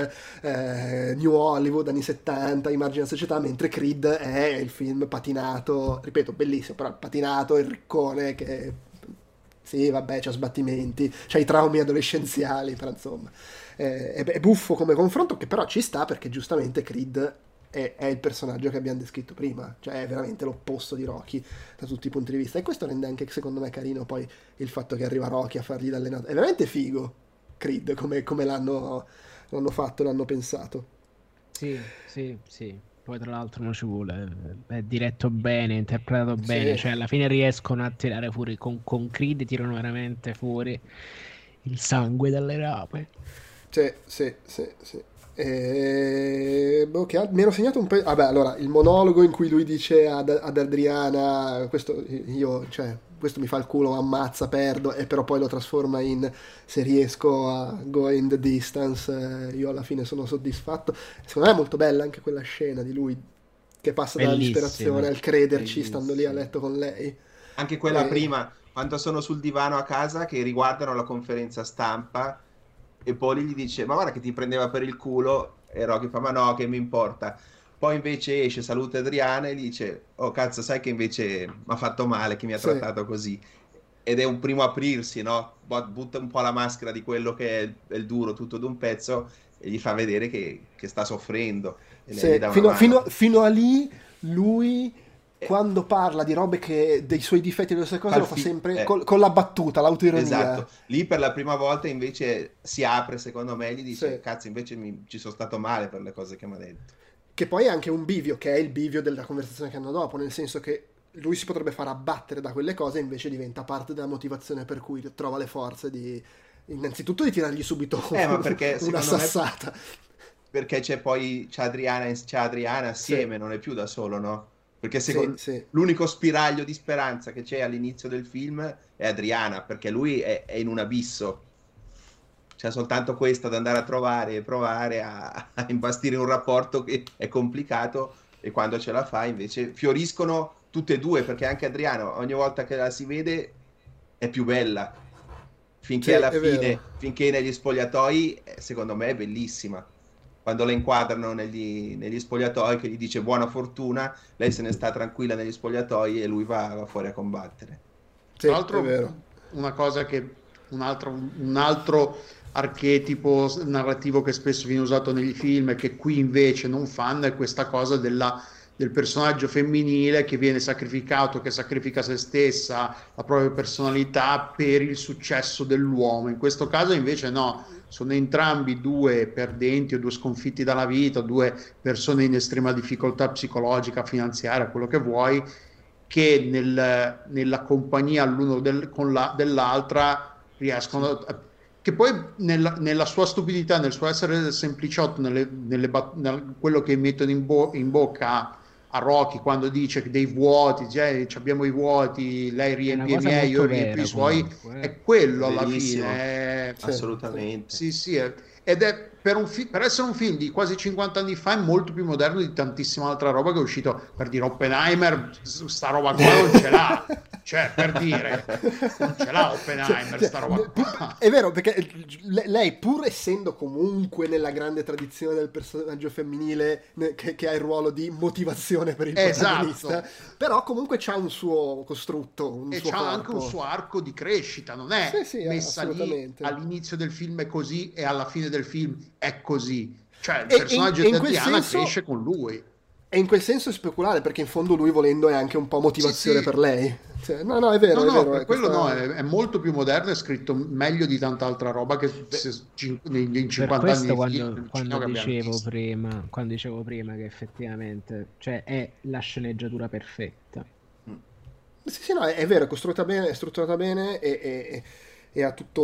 A: New Hollywood, anni 70, Immagine della società, mentre Creed è il film patinato, ripeto, bellissimo, però il patinato, il riccone che... Sì, vabbè, c'ha sbattimenti, c'ha i traumi adolescenziali, però insomma... è buffo come confronto, che però ci sta perché giustamente Creed... è il personaggio che abbiamo descritto prima, cioè è veramente l'opposto di Rocky da tutti i punti di vista, e questo rende anche secondo me carino poi il fatto che arriva Rocky a fargli da allenatore. È veramente figo Creed come l'hanno fatto, l'hanno pensato.
C: Sì. Poi tra l'altro non ci vuole, è diretto bene, interpretato bene,
A: Sì.
C: cioè alla fine riescono a tirare fuori, con Creed tirano veramente fuori il sangue dalle rape.
A: Sì, sì, sì, sì. Mi ero segnato un po'. Vabbè, allora, il monologo in cui lui dice ad Adriana, questo io, cioè, questo mi fa il culo, ammazza, perdo, e però poi lo trasforma in se riesco a go in the distance, io alla fine sono soddisfatto. Secondo me è molto bella anche quella scena di lui che passa dalla disperazione
C: Bellissima,
A: al crederci stando lì a
D: bellissimo.
A: letto con lei.
D: Anche quella
A: E-
D: prima, quando sono sul divano a casa, che riguardano la conferenza stampa e Poli gli dice, ma guarda che ti prendeva per il culo, e Rocky fa, ma no, che mi importa. Poi invece esce, saluta Adriana e gli dice, oh cazzo, sai che invece mi ha fatto male, che mi ha
A: sì,
D: trattato così. Ed è un primo aprirsi, no? Butta un po' la maschera di quello che è il duro tutto d'un pezzo e gli fa vedere che sta soffrendo e lei gli
A: sì,
D: dà una mano.
A: fino a lì lui
D: E
A: quando parla di robe dei suoi difetti e delle sue cose
D: fa il
A: lo fa sempre
D: eh,
A: con la battuta,
D: Esatto,
A: l'autoironia.
D: lì per la prima volta invece si apre, secondo me, e gli dice,
A: Sì.
D: cazzo, invece ci sono stato male per le cose che mi ha detto.
A: Che poi è anche un bivio, che è il bivio della conversazione che hanno dopo, nel senso che lui si potrebbe far abbattere da quelle cose e invece diventa parte della motivazione per cui trova le forze di innanzitutto di tirargli subito
D: Ma perché
A: una
D: secondo me,
A: sassata.
D: perché c'è Adriana
A: Sì,
D: assieme, non è più da solo, no? Perché
A: sì,
D: secondo
A: sì.
D: l'unico spiraglio di speranza che c'è all'inizio del film è Adriana, perché lui è in un abisso. C'è soltanto questo da andare a trovare e provare a imbastire un rapporto che è complicato e quando ce la fa invece fioriscono tutte e due perché anche Adriano ogni volta che la si vede è più bella
A: Sì,
D: finché alla
A: è vero.
D: fine, finché negli spogliatoi secondo me è bellissima quando la inquadrano negli spogliatoi che gli dice buona fortuna, lei se ne sta tranquilla negli spogliatoi e lui va fuori a combattere.
B: Tra
A: Sì, è
B: l'altro,
A: vero.
B: una cosa che un altro archetipo narrativo che spesso viene usato negli film e che qui invece non fanno è questa cosa del personaggio femminile che viene sacrificato, che sacrifica se stessa, la propria personalità per il successo dell'uomo. In questo caso invece no, sono entrambi due perdenti o due sconfitti dalla vita, due persone in estrema difficoltà psicologica, finanziaria, quello che vuoi, che nella compagnia dell'altra riescono che poi nella sua stupidità, nel suo essere sempliciotto, quello che mettono in bocca a Rocky quando dice che dei vuoti, cioè, abbiamo i vuoti, lei
C: È una
B: riempie i
C: cosa
B: miei, io
C: molto
B: riempio i
C: vera
B: suoi,
C: comunque.
B: è quello alla
D: Verissimo,
B: fine.
A: Sì, sì.
D: assolutamente.
B: Sì, sì, ed è per essere un film di quasi 50 anni fa è molto più moderno di tantissima altra roba che è uscito. Per dire, Oppenheimer sta roba qua non ce l'ha, cioè per dire non ce l'ha
A: Cioè,
B: Oppenheimer sta roba qua.
A: è vero, perché lei, pur essendo comunque nella grande tradizione del personaggio femminile che ha il ruolo di motivazione per il protagonista,
B: Esatto,
A: però comunque c'ha un suo costrutto, un
B: e
A: suo
B: c'ha anche un
A: corpo.
B: suo arco di crescita, non è
A: Sì, sì,
B: messa lì
A: assolutamente.
B: all'inizio del film è così e alla fine del film è così, cioè il
A: E
B: personaggio
A: e
B: di
A: in quel
B: Adriana
A: senso,
B: cresce con lui.
A: e in quel senso è speculare, perché in fondo lui volendo è anche un po'
B: Sì,
A: motivazione per
B: sì.
A: lei. Cioè, no, no,
B: No,
A: è
B: no,
A: vero,
B: per
A: è
B: quello no,
A: questa.
B: è molto più moderno, è scritto meglio di tanta altra roba che negli
C: Per
B: 50 anni
C: questo
B: di film del cinema che abbiamo visto.
C: quando dicevo prima che effettivamente, cioè, è la sceneggiatura perfetta.
D: Mm.
A: Sì, sì, no, è vero, è strutturata bene e ha tutto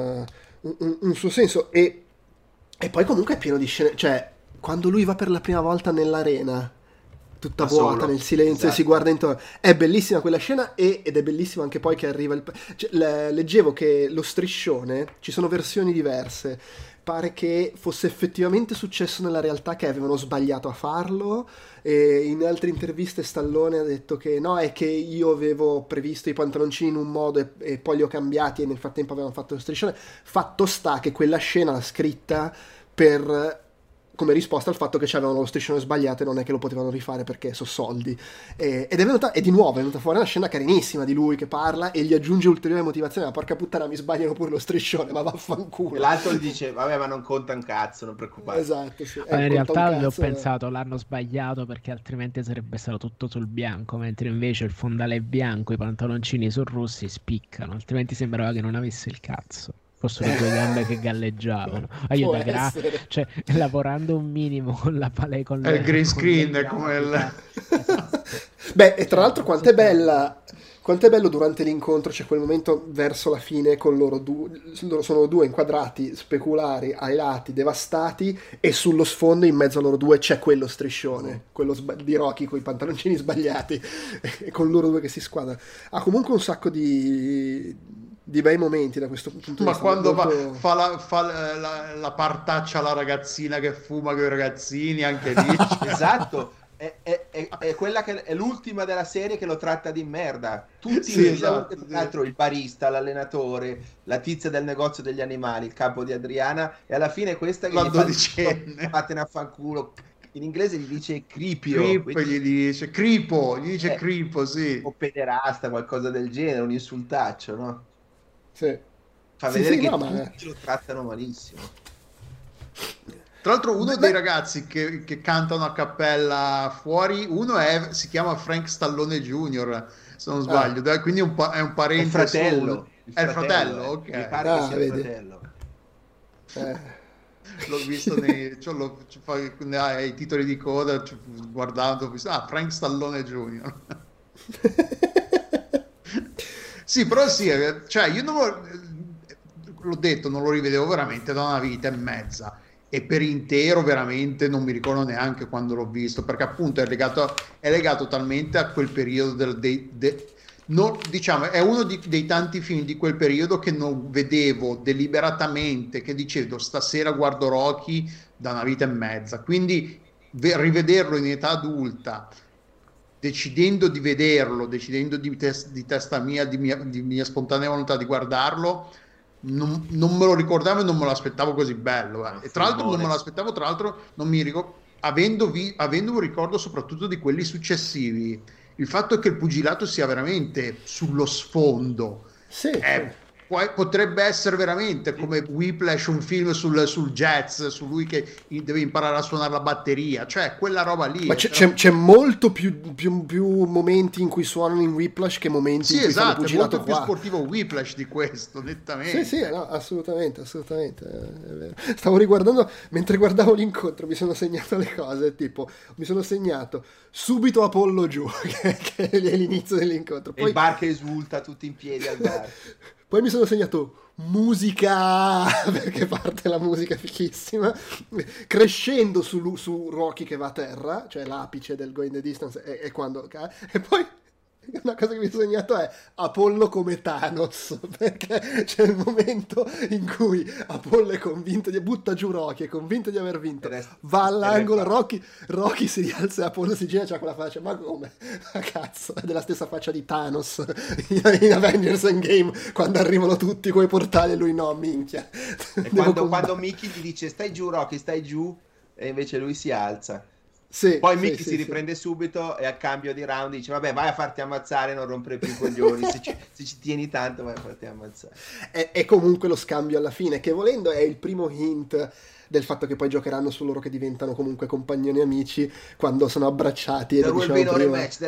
A: un suo senso. E poi comunque è pieno di scene, cioè, quando lui va per la prima volta nell'arena, tutta
D: Da
A: vuota,
D: solo,
A: nel silenzio, e si
D: esatto.
A: guarda intorno, è bellissima quella scena ed è bellissimo anche poi che arriva cioè, leggevo che lo striscione, ci sono versioni diverse, pare che fosse effettivamente successo nella realtà che avevano sbagliato a farlo e in altre interviste Stallone ha detto che no, è che io avevo previsto i pantaloncini in un modo e poi li ho cambiati e nel frattempo avevano fatto lo striscione. Fatto sta che quella scena l'ha scritta per come risposta al fatto che c'avevano lo striscione sbagliato e non è che lo potevano rifare perché so soldi. E di nuovo è venuta fuori una scena carinissima di lui che parla e gli aggiunge ulteriore motivazione, ma porca puttana mi sbagliano pure lo striscione, ma
D: E
A: vaffanculo.
D: l'altro gli dice, vabbè, ma non conta un cazzo, non preoccuparti.
A: Esatto, sì.
C: Ma in
A: Conta un
C: realtà io ho
A: cazzo.
C: pensato l'hanno sbagliato perché altrimenti sarebbe stato tutto sul bianco, mentre invece il fondale è bianco, i pantaloncini sono rossi, spiccano, altrimenti sembrava che non avesse il cazzo. fossero due gambe che galleggiavano. Io cioè, lavorando un minimo con la con
B: il green screen come il...
A: Beh, e tra l'altro quanto è bello durante l'incontro, c'è quel momento verso la fine con loro sono due inquadrati speculari ai lati devastati, e sullo sfondo in mezzo a loro due c'è quello striscione, quello di Rocky con i pantaloncini sbagliati e con loro due che si squadrano. Ha comunque un sacco di bei momenti da questo punto di vista.
B: Ma quando fa la partaccia alla ragazzina che fuma con i ragazzini, anche lì
D: esatto. È quella che è l'ultima della serie che lo tratta di merda. Tutti
B: esatto,
D: tra l'altro il barista, l'allenatore, la tizia del negozio degli animali, il capo di Adriana, e alla fine questa che
B: la
D: gli
B: dodicenne
D: fatene a fanculo. In inglese gli dice cripio,
B: gli dice cripo, cripo, sì,
D: o pederasta, qualcosa del genere, un insultaccio, no?
A: Sì.
D: Fa vedere che tutti lo trattano malissimo.
B: Tra l'altro uno dei ragazzi che cantano a cappella fuori, si chiama Frank Stallone Jr., se non sbaglio, quindi è un parente.
D: Il fratello.
B: È il fratello, ok.
D: Mi pare che sia il fratello.
B: L'ho visto nei titoli di coda, guardando, Frank Stallone Jr. Sì, però sì, cioè io l'ho detto, non lo rivedevo veramente da una vita e mezza, e per intero veramente non mi ricordo neanche quando l'ho visto, perché appunto è legato talmente a quel periodo diciamo, è uno dei tanti film di quel periodo che non vedevo deliberatamente, che dicevo stasera guardo Rocky da una vita e mezza, quindi rivederlo in età adulta, decidendo di vederlo, decidendo di testa mia, di mia spontanea volontà di guardarlo, non me lo ricordavo e non me lo aspettavo così bello, e tra l'altro non me lo aspettavo, tra l'altro non mi ricordo, avendo un ricordo soprattutto di quelli successivi, il fatto che il pugilato sia veramente sullo sfondo,
A: sì.
B: Potrebbe essere veramente come Whiplash, un film sul jazz, su lui che deve imparare a suonare la batteria, cioè quella roba lì.
A: Ma c'è molto più momenti in cui suonano in Whiplash che momenti in cui fanno pugilato.
B: È molto più sportivo Whiplash di questo, nettamente.
A: Sì, no, assolutamente. Stavo riguardando, mentre guardavo l'incontro mi sono segnato le cose, tipo mi sono segnato subito Apollo giù, che è l'inizio dell'incontro.
D: Poi il bar che esulta tutti in piedi al bar.
A: Poi mi sono segnato musica, perché parte la musica fichissima, crescendo su Rocky che va a terra, cioè l'apice del Going the Distance, e quando... E poi una cosa che mi sono segnato è Apollo come Thanos, perché c'è il momento in cui Apollo è convinto butta giù Rocky, è convinto di aver vinto, va all'angolo, Rocky si rialza e Apollo si gira e c'ha quella faccia, ma come? A cazzo, è della stessa faccia di Thanos in Avengers Endgame, quando arrivano tutti coi portali e lui no, minchia.
D: E quando Mickey gli dice stai giù Rocky, stai giù, e invece lui si alza.
A: Sì,
D: poi Mickey si riprende subito e a cambio di round dice vabbè vai a farti ammazzare, non rompere più i coglioni, se ci tieni tanto vai a farti ammazzare.
A: È comunque lo scambio alla fine, che volendo è il primo hint del fatto che poi giocheranno su loro che diventano comunque compagnoni amici quando sono abbracciati.
D: There will be no rematch.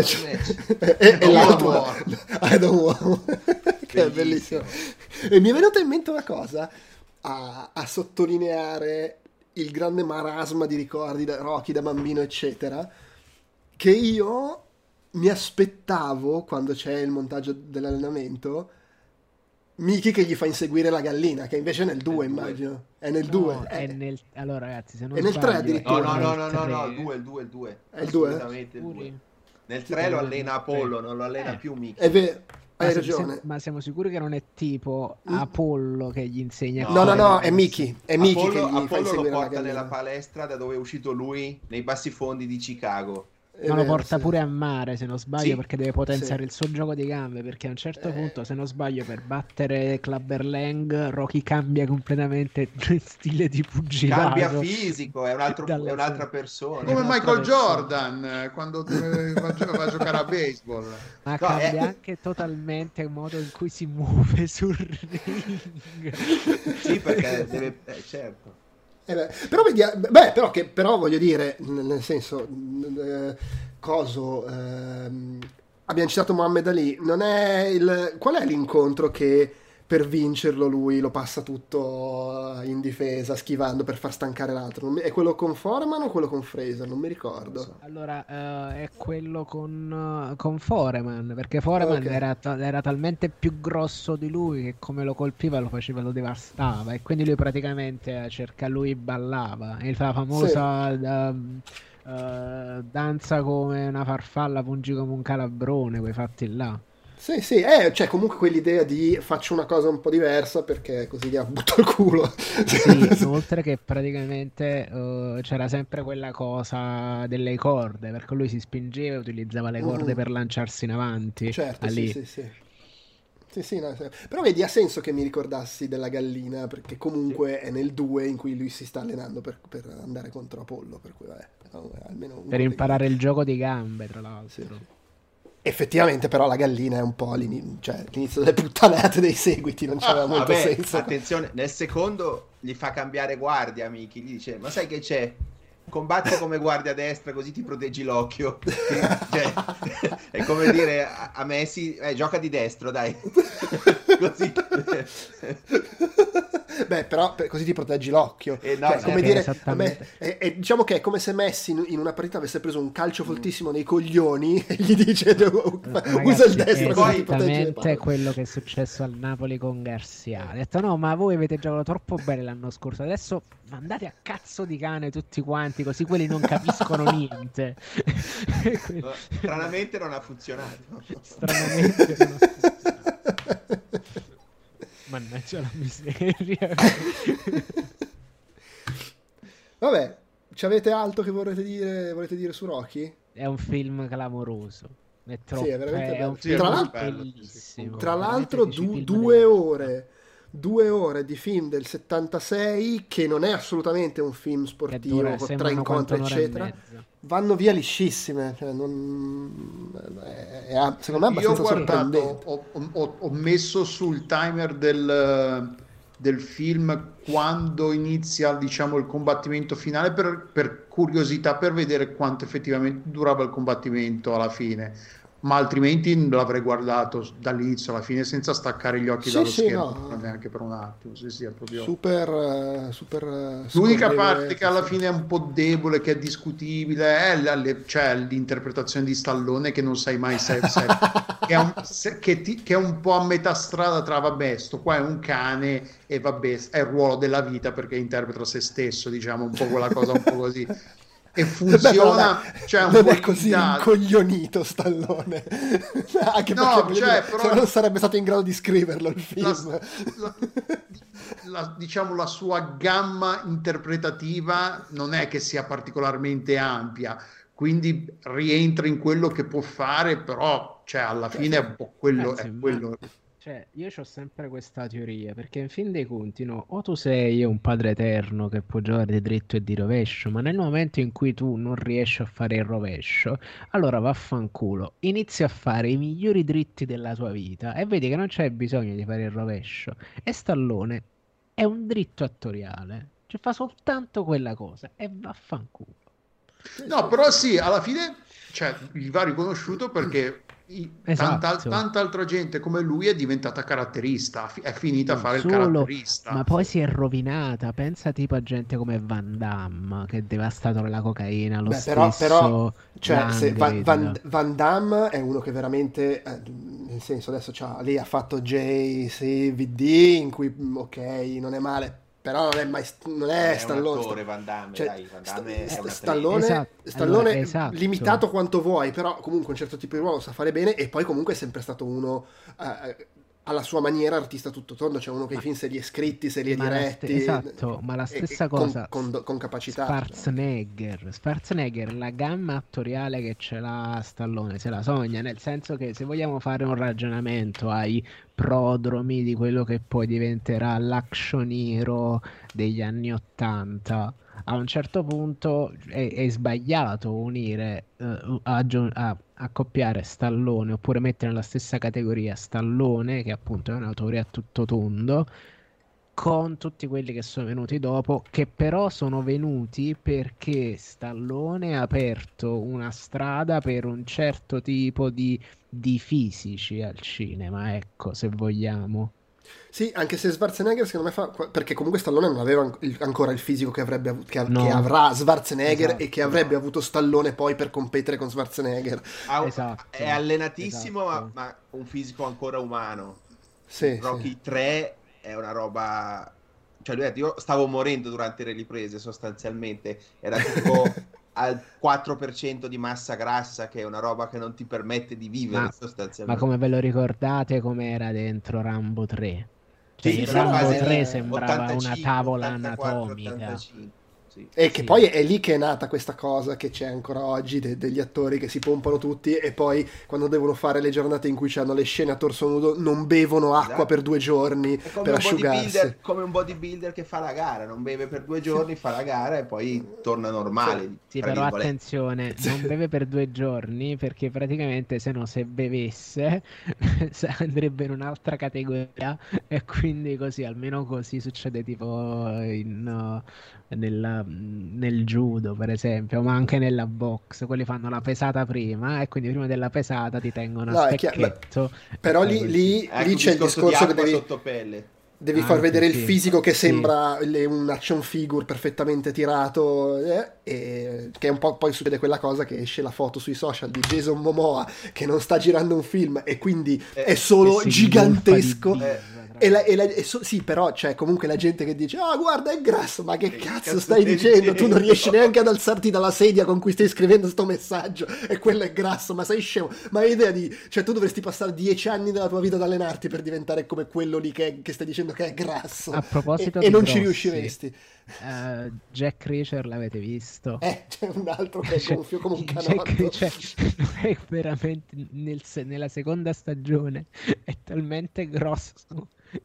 A: E l'altro I don't want. Che è bellissimo. E mi è venuta in mente una cosa a sottolineare il grande marasma di ricordi da Rocky da bambino eccetera, che io mi aspettavo quando c'è il montaggio dell'allenamento Mickey che gli fa inseguire la gallina, che invece è nel 2 immagino, è nel 2
C: allora ragazzi se non
A: è nel 3 addirittura,
D: no, il 2
A: è il 2
D: assolutamente il 2. Nel 3 lo allena Apollo, non lo allena più Mickey.
A: È vero. Hai ragione.
C: Ma siamo sicuri che non è tipo Apollo che gli insegna?
A: No, è Mickey. È Mickey
D: Apollo,
A: che gli fa
D: Apollo lo
A: inseguire
D: porta nella palestra da dove è uscito lui, nei bassi-fondi di Chicago.
C: Ma lo porta pure a mare se non sbaglio,
D: Sì.
C: perché deve potenziare il suo gioco di gambe, perché a un certo punto se non sbaglio per battere Clubber Lang Rocky cambia completamente stile di pugilato,
D: Cambia fisico, è un'altra persona,
B: come Michael Jordan quando va a giocare a baseball,
C: ma cambia anche totalmente il modo in cui si muove sul ring.
D: Sì, perché deve certo.
A: Però voglio dire, nel senso, abbiamo citato Muhammad Ali, non è qual è l'incontro che per vincerlo lui lo passa tutto in difesa, schivando per far stancare l'altro. È quello con Foreman o quello con Fraser? Non mi ricordo.
C: Allora, è quello con Foreman, perché Foreman era talmente più grosso di lui che come lo colpiva lo faceva, lo devastava, e quindi lui praticamente lui ballava, e la famosa danza come una farfalla, pungi come un calabrone, quei fatti là.
A: Sì, c'è comunque quell'idea di faccio una cosa un po' diversa perché così gli butto il culo.
C: Sì, oltre che praticamente c'era sempre quella cosa delle corde, perché lui si spingeva e utilizzava le corde per lanciarsi in avanti.
A: Certo, sì. No, però vedi, ha senso che mi ricordassi della gallina, perché comunque è nel 2 in cui lui si sta allenando per andare contro Apollo, per cui vabbè, almeno
C: per imparare il gioco di gambe, tra l'altro.
A: Sì. Effettivamente però la gallina è un po' l'inizio delle puttanate dei seguiti, non c'aveva molto senso.
D: Attenzione, nel secondo gli fa cambiare guardia, amici, gli dice ma sai che c'è? Combatti come guardia destra così ti proteggi l'occhio. Cioè, è come dire a Messi gioca di destro, dai. Così.
A: Beh, però così ti proteggi l'occhio. Come dire, diciamo che è come se Messi in una partita avesse preso un calcio fortissimo nei coglioni e gli dice usa il destro così ti proteggi.
C: Esattamente quello che è successo al Napoli con Garcia. Ha detto no, ma voi avete giocato troppo bene l'anno scorso, adesso mandate a cazzo di cane tutti quanti, così quelli non capiscono niente.
D: Stranamente non ha funzionato.
C: Stranamente non ha funzionato. Mannaggia la miseria.
A: Vabbè, ci avete altro che volete dire su Rocky?
C: È un film clamoroso. È troppo,
A: sì, è veramente bello.
C: Un film
A: bellissimo. Tra l'altro 2 ore. 2 ore di film del 76 che non è assolutamente un film sportivo con 3 incontri eccetera, vanno via liscissime, cioè secondo me è abbastanza sorprendente.
B: Ho messo sul timer del film quando inizia, diciamo, il combattimento finale per curiosità, per vedere quanto effettivamente durava il combattimento alla fine, ma altrimenti l'avrei guardato dall'inizio alla fine senza staccare gli occhi dallo schermo, neanche per un attimo. È proprio
A: super
B: l'unica parte che alla fine è un po' debole, che è discutibile, è l'interpretazione di Stallone, che non sai mai se che è un po' a metà strada tra vabbè, sto qua è un cane e vabbè è il ruolo della vita perché interpreta se stesso, diciamo, un po' quella cosa un po' così. E funziona,
A: non è così incoglionito Stallone, anche perché però non sarebbe stato in grado di scriverlo il film.
B: Diciamo la sua gamma interpretativa non è che sia particolarmente ampia, quindi rientra in quello che può fare, però alla fine è un po' quello.
C: Cioè, io ho sempre questa teoria, perché in fin dei conti, no, o tu sei un padre eterno che può giocare di dritto e di rovescio, ma nel momento in cui tu non riesci a fare il rovescio, allora vaffanculo, inizi a fare i migliori dritti della tua vita e vedi che non c'è bisogno di fare il rovescio. E Stallone è un dritto attoriale, cioè fa soltanto quella cosa e vaffanculo.
B: No, però sì, alla fine gli va riconosciuto perché tanta altra gente come lui è diventata caratterista, è finita a fare il caratterista,
C: ma poi si è rovinata. Pensa tipo a gente come Van Damme, che è devastato la cocaina,
A: però Van Damme è uno che veramente nel senso, adesso lì ha fatto JCVD in cui ok, non è male, però non è Stallone.
D: Un attore, Van Damme, Van Damme è
A: Stallone esatto. Limitato quanto vuoi, però comunque un certo tipo di ruolo sa fare bene, e poi comunque è sempre stato uno alla sua maniera artista tutto tondo, cioè uno che i film se li è scritti, se li è diretti,
C: esatto, ma la stessa cosa
A: con capacità.
C: Schwarzenegger, la gamma attoriale che ce l'ha Stallone se la sogna, nel senso che se vogliamo fare un ragionamento ai prodromi di quello che poi diventerà l'action hero degli anni '80, a un certo punto è sbagliato unire accoppiare Stallone, oppure mettere nella stessa categoria Stallone, che appunto è un autore a tutto tondo, con tutti quelli che sono venuti dopo, che però sono venuti perché Stallone ha aperto una strada per un certo tipo di fisici al cinema, ecco, se vogliamo.
A: Sì, anche se Schwarzenegger secondo me fa... perché comunque Stallone non aveva ancora il fisico che avrebbe che avrà Schwarzenegger,
C: esatto,
A: e che avrebbe avuto Stallone poi per competere con Schwarzenegger.
C: Esatto,
D: è allenatissimo,
C: esatto.
D: ma un fisico ancora umano.
A: Sì,
D: Rocky
A: sì.
D: 3 è una roba... Cioè lui ha detto, io stavo morendo durante le riprese sostanzialmente, era tipo al 4% di massa grassa, che è una roba che non ti permette di vivere
C: Ma
D: sostanzialmente.
C: come ve lo ricordate com'era dentro Rambo 3? Cioè,
A: Sì,
C: il
D: Sì, la
A: però
C: Rambo
D: fase
C: 3
D: lì,
C: sembrava una
D: 85,
C: tavola
D: 84,
C: anatomica.
D: 85. Sì.
A: E che
C: Sì.
A: poi è lì che è nata questa cosa che c'è ancora oggi degli attori che si pompano tutti, e poi quando devono fare le giornate in cui hanno le scene a torso nudo non bevono acqua
D: Esatto.
A: per 2 giorni
D: È come
A: per
D: un
A: asciugarsi.
D: bodybuilder, come un bodybuilder che fa la gara, non beve per 2 giorni, fa la gara e poi torna normale.
C: Sì,
D: tra
C: però
D: virgolette.
C: attenzione, non beve per 2 giorni perché praticamente se bevesse andrebbe in un'altra categoria, e quindi così, almeno così succede tipo nel judo per esempio, ma anche nella box, quelli fanno la pesata prima e quindi prima della pesata ti tengono a
A: No, è chiaro,
C: specchietto e
A: però
C: fai
A: lì,
C: così.
A: lì,
D: È
A: lì
D: anche un
A: c'è il
D: discorso di
A: discorso che
D: acqua
A: devi...
D: sotto pelle.
A: Devi far
C: Anche
A: vedere il
C: sì,
A: fisico che
C: sì.
A: sembra un action figure perfettamente tirato, e che un po' poi succede quella cosa che esce la foto sui social di Jason Momoa che non sta girando un film e quindi è solo
C: Che si ingolfa di
A: gigantesco.
C: birra,
A: Sì, però c'è comunque la gente che dice: "Ah, guarda, è grasso", ma che cazzo
D: cazzo
A: stai
D: stai
A: dicendo? Tu non
D: dicendo?
A: riesci neanche ad alzarti dalla sedia con cui stai scrivendo sto messaggio, e quello è grasso, ma sei scemo? Ma hai idea di... Cioè, tu dovresti passare 10 anni della tua vita ad allenarti per diventare come quello lì che stai dicendo che è grasso.
C: A proposito
A: E
C: di
A: non ci
C: grossi,
A: riusciresti.
C: Jack Reacher l'avete visto?
A: C'è un altro che è
C: Cioè,
A: gonfio come un
C: Jack
A: canotto.
C: Reacher è veramente nella seconda stagione è talmente grosso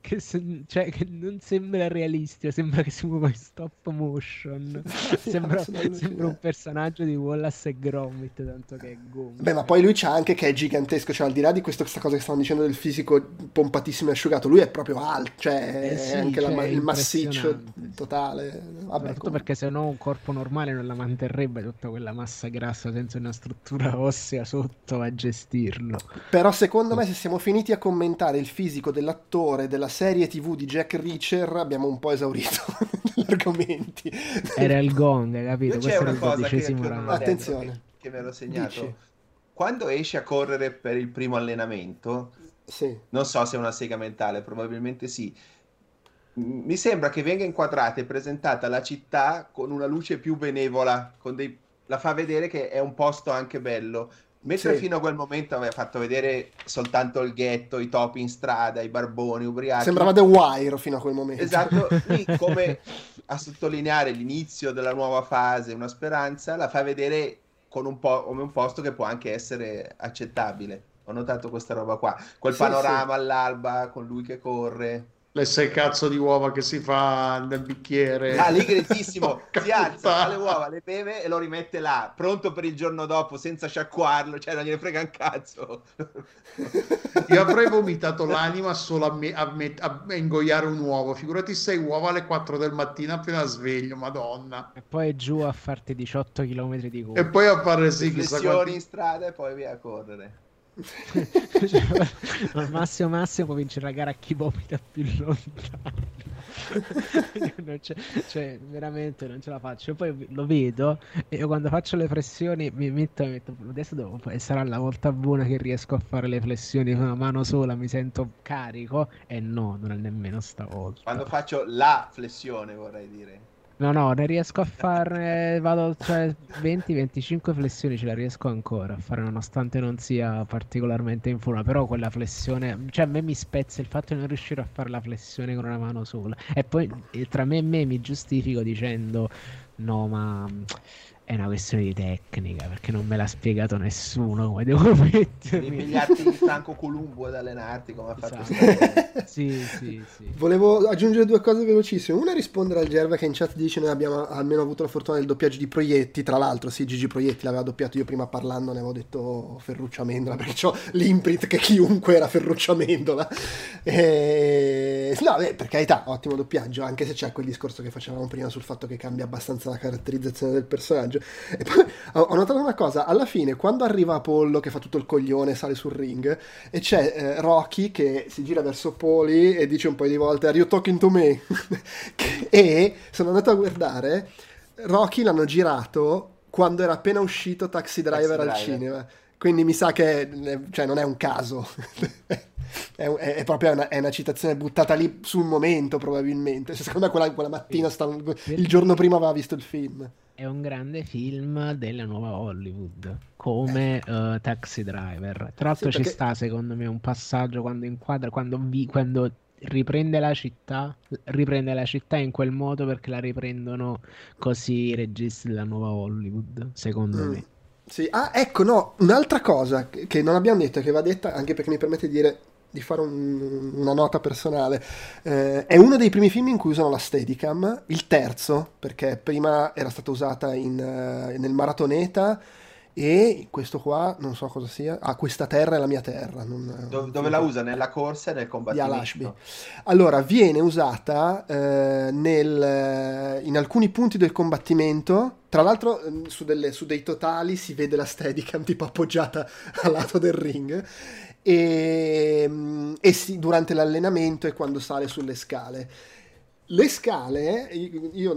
C: che non sembra realistico, sembra che si muova in stop motion. Sembra
A: sono allucinante.
C: sembra un personaggio di Wallace e Gromit, tanto che è gonfio.
A: Beh, ma poi lui c'ha anche che è gigantesco, cioè al di là di questa cosa che stavamo dicendo del fisico pompatissimo e asciugato, lui è proprio alto, cioè è
C: Sì,
A: anche
C: cioè, è
A: il massiccio
C: impressionante.
A: totale. Vabbè,
C: Soprattutto
A: comunque.
C: perché se no un corpo normale non la manterrebbe tutta quella massa grassa senza una struttura ossea sotto a gestirlo.
A: Però secondo me, se siamo finiti a commentare il fisico dell'attore della serie TV di Jack Reacher, abbiamo un po' esaurito gli argomenti.
C: Era il gong, hai capito?
D: Io c'è
C: Questo era
D: una
C: il
D: cosa che
C: 12°
D: non ho
C: round.
D: detto,
A: Attenzione.
D: che me l'ho segnato.
A: Dici.
D: Quando esci a correre per il primo allenamento,
A: Sì.
D: non so se è una sega mentale, probabilmente sì. Mi sembra che venga inquadrata e presentata la città con una luce più benevola, la fa vedere che è un posto anche bello. Mentre
A: Sì.
D: fino a quel momento aveva fatto vedere soltanto il ghetto, i topi in strada, i barboni ubriachi.
A: Sembrava The Wire fino a quel momento.
D: Esatto, lì come a sottolineare l'inizio della nuova fase, una speranza, la fa vedere con come un posto che può anche essere accettabile. Ho notato questa roba qua, quel
A: Sì,
D: panorama all'alba con lui che corre.
B: Le 6 cazzo di uova che si fa nel bicchiere.
D: Ah, lì grezzissimo, si alza, fa le
B: Puttana.
D: uova, le beve e lo rimette là, pronto per il giorno dopo, senza sciacquarlo, cioè non gliene frega un cazzo.
B: Io avrei vomitato l'anima solo a ingoiare un uovo. Figurati 6 uova alle 4 del mattino appena sveglio, madonna.
C: E poi giù a farti 18 km di
B: E
C: corsa.
B: poi a fare sì, chissà
D: Flessioni
B: quanti...
D: in strada e poi via a correre.
C: Al massimo può vincere la gara a chi vomita più lontano. Cioè, veramente non ce la faccio. E poi lo vedo e io quando faccio le flessioni mi metto adesso sarà la volta buona che riesco a fare le flessioni con una mano sola, mi sento carico, e no, non è nemmeno stavolta.
D: Quando faccio la flessione, vorrei dire.
C: No, ne riesco a fare, cioè 20-25 flessioni ce la riesco ancora a fare, nonostante non sia particolarmente in forma, però quella flessione, cioè a me mi spezza il fatto di non riuscire a fare la flessione con una mano sola, e poi tra me e me mi giustifico dicendo no, ma è una questione di tecnica, perché non me l'ha spiegato nessuno come devo
D: Devi
C: mettermi.
D: pigliarti Franco Columbo ad allenarti come ha fatto
C: Esatto. Sì.
A: Volevo aggiungere 2 cose velocissime. Una è rispondere al Gerva che in chat dice: noi abbiamo almeno avuto la fortuna del doppiaggio di Proietti. Tra l'altro, sì, Gigi Proietti l'aveva doppiato. Io prima parlando ne avevo detto Ferruccio Amendola, perché ho l'imprint che chiunque era Ferruccio Amendola. No, per carità, ottimo doppiaggio, anche se c'è quel discorso che facevamo prima sul fatto che cambia abbastanza la caratterizzazione del personaggio. personaggio. E poi ho notato una cosa, alla fine quando arriva Apollo che fa tutto il coglione, sale sul ring e c'è Rocky che si gira verso Paulie e dice un paio di volte "Are you talking to me?" E sono andato a guardare, Rocky l'hanno girato quando era appena uscito Taxi Driver al cinema, quindi mi sa che cioè, non è un caso. È proprio una citazione buttata lì sul momento, probabilmente. Cioè, secondo me quella mattina il giorno prima aveva visto il film.
C: È un grande film della nuova Hollywood, come Taxi Driver. Tra l'altro
A: Sì,
C: ci
A: perché...
C: sta secondo me un passaggio quando inquadra, quando riprende la città in quel modo, perché la riprendono così i registi della nuova Hollywood, secondo me.
A: Sì. Ah, ecco, no, un'altra cosa che non abbiamo detto e che va detta, anche perché mi permette di fare una nota personale, è uno dei primi film in cui usano la Steadicam, il terzo, perché prima era stata usata nel Maratoneta, e questo qua non so cosa sia. Questa terra è la mia terra.
D: Dove la usa? Nella corsa e nel
A: di
D: combattimento?
A: Al-Ashby. Allora, viene usata in alcuni punti del combattimento. Tra l'altro, su dei totali si vede la Steadicam tipo appoggiata al lato del ring. E sì, durante l'allenamento e quando sale sulle scale. Le scale, io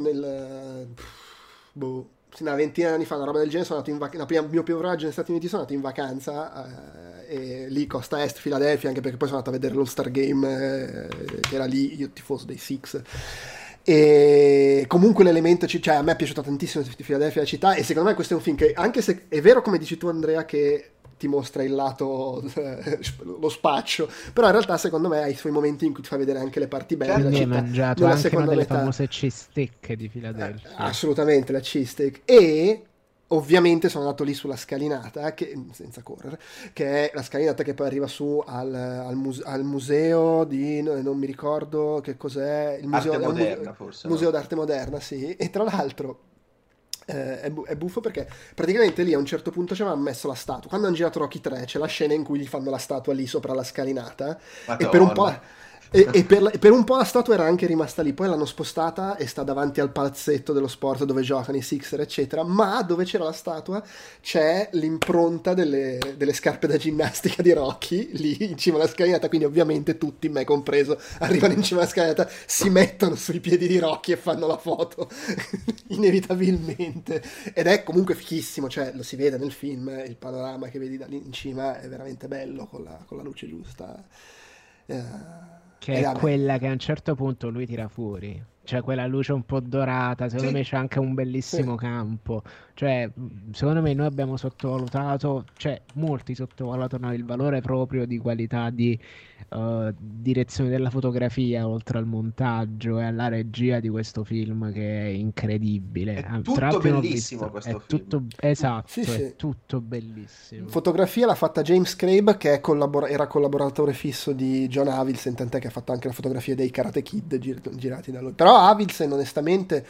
A: una ventina di anni fa, una roba del genere, sono andato il mio primo viaggio negli Stati Uniti, sono andato in vacanza e lì costa est, Filadelfia, anche perché poi sono andato a vedere l'All-Star Game che era lì, io tifoso dei Six. E comunque l'elemento, cioè a me è piaciuta tantissimo di Filadelfia, la città, e secondo me questo è un film che, anche se è vero come dici tu Andrea che ti mostra il lato lo spaccio, però in realtà secondo me ha i suoi momenti in cui ti fa vedere anche le parti belle della
C: Quindi hai
A: città,
C: mangiato
A: nella
C: anche una
A: seconda
C: delle
A: metà.
C: famose cheesesteak di Filadelfia.
A: Assolutamente, la cheesesteak. E ovviamente sono andato lì sulla scalinata, senza correre, che è la scalinata che poi arriva su al museo di, non mi ricordo che cos'è, il museo,
D: Arte moderna, forse.
A: Museo d'arte moderna, sì. E tra l'altro è buffo perché praticamente lì a un certo punto ci avevano messo la statua. Quando hanno girato Rocky 3 c'è la scena in cui gli fanno la statua lì sopra la scalinata.
D: Madonna.
A: E per un po'... per un po' la statua era anche rimasta lì, poi l'hanno spostata e sta davanti al palazzetto dello sport dove giocano i Sixer eccetera, ma dove c'era la statua c'è l'impronta delle scarpe da ginnastica di Rocky lì in cima alla scalinata, quindi ovviamente tutti, me compreso, arrivano in cima alla scalinata, si mettono sui piedi di Rocky e fanno la foto inevitabilmente, ed è comunque fichissimo, cioè lo si vede nel film, il panorama che vedi da lì in cima è veramente bello con la luce giusta.
C: Che è quella che a un certo punto lui tira fuori, cioè quella luce un po' dorata, secondo me c'è anche un bellissimo campo, cioè secondo me noi abbiamo sottovalutato, cioè molti sottovalutano il valore proprio di qualità di direzione della fotografia, oltre al montaggio e alla regia di questo film, che è incredibile.
D: È tutto bellissimo questo film.
C: Esatto,
A: sì.
C: È tutto bellissimo.
A: Fotografia l'ha fatta James Crabe, che era collaboratore fisso di John Avildsen, tant'è che ha fatto anche la fotografia dei Karate Kid girati da lui. Però Avildsen onestamente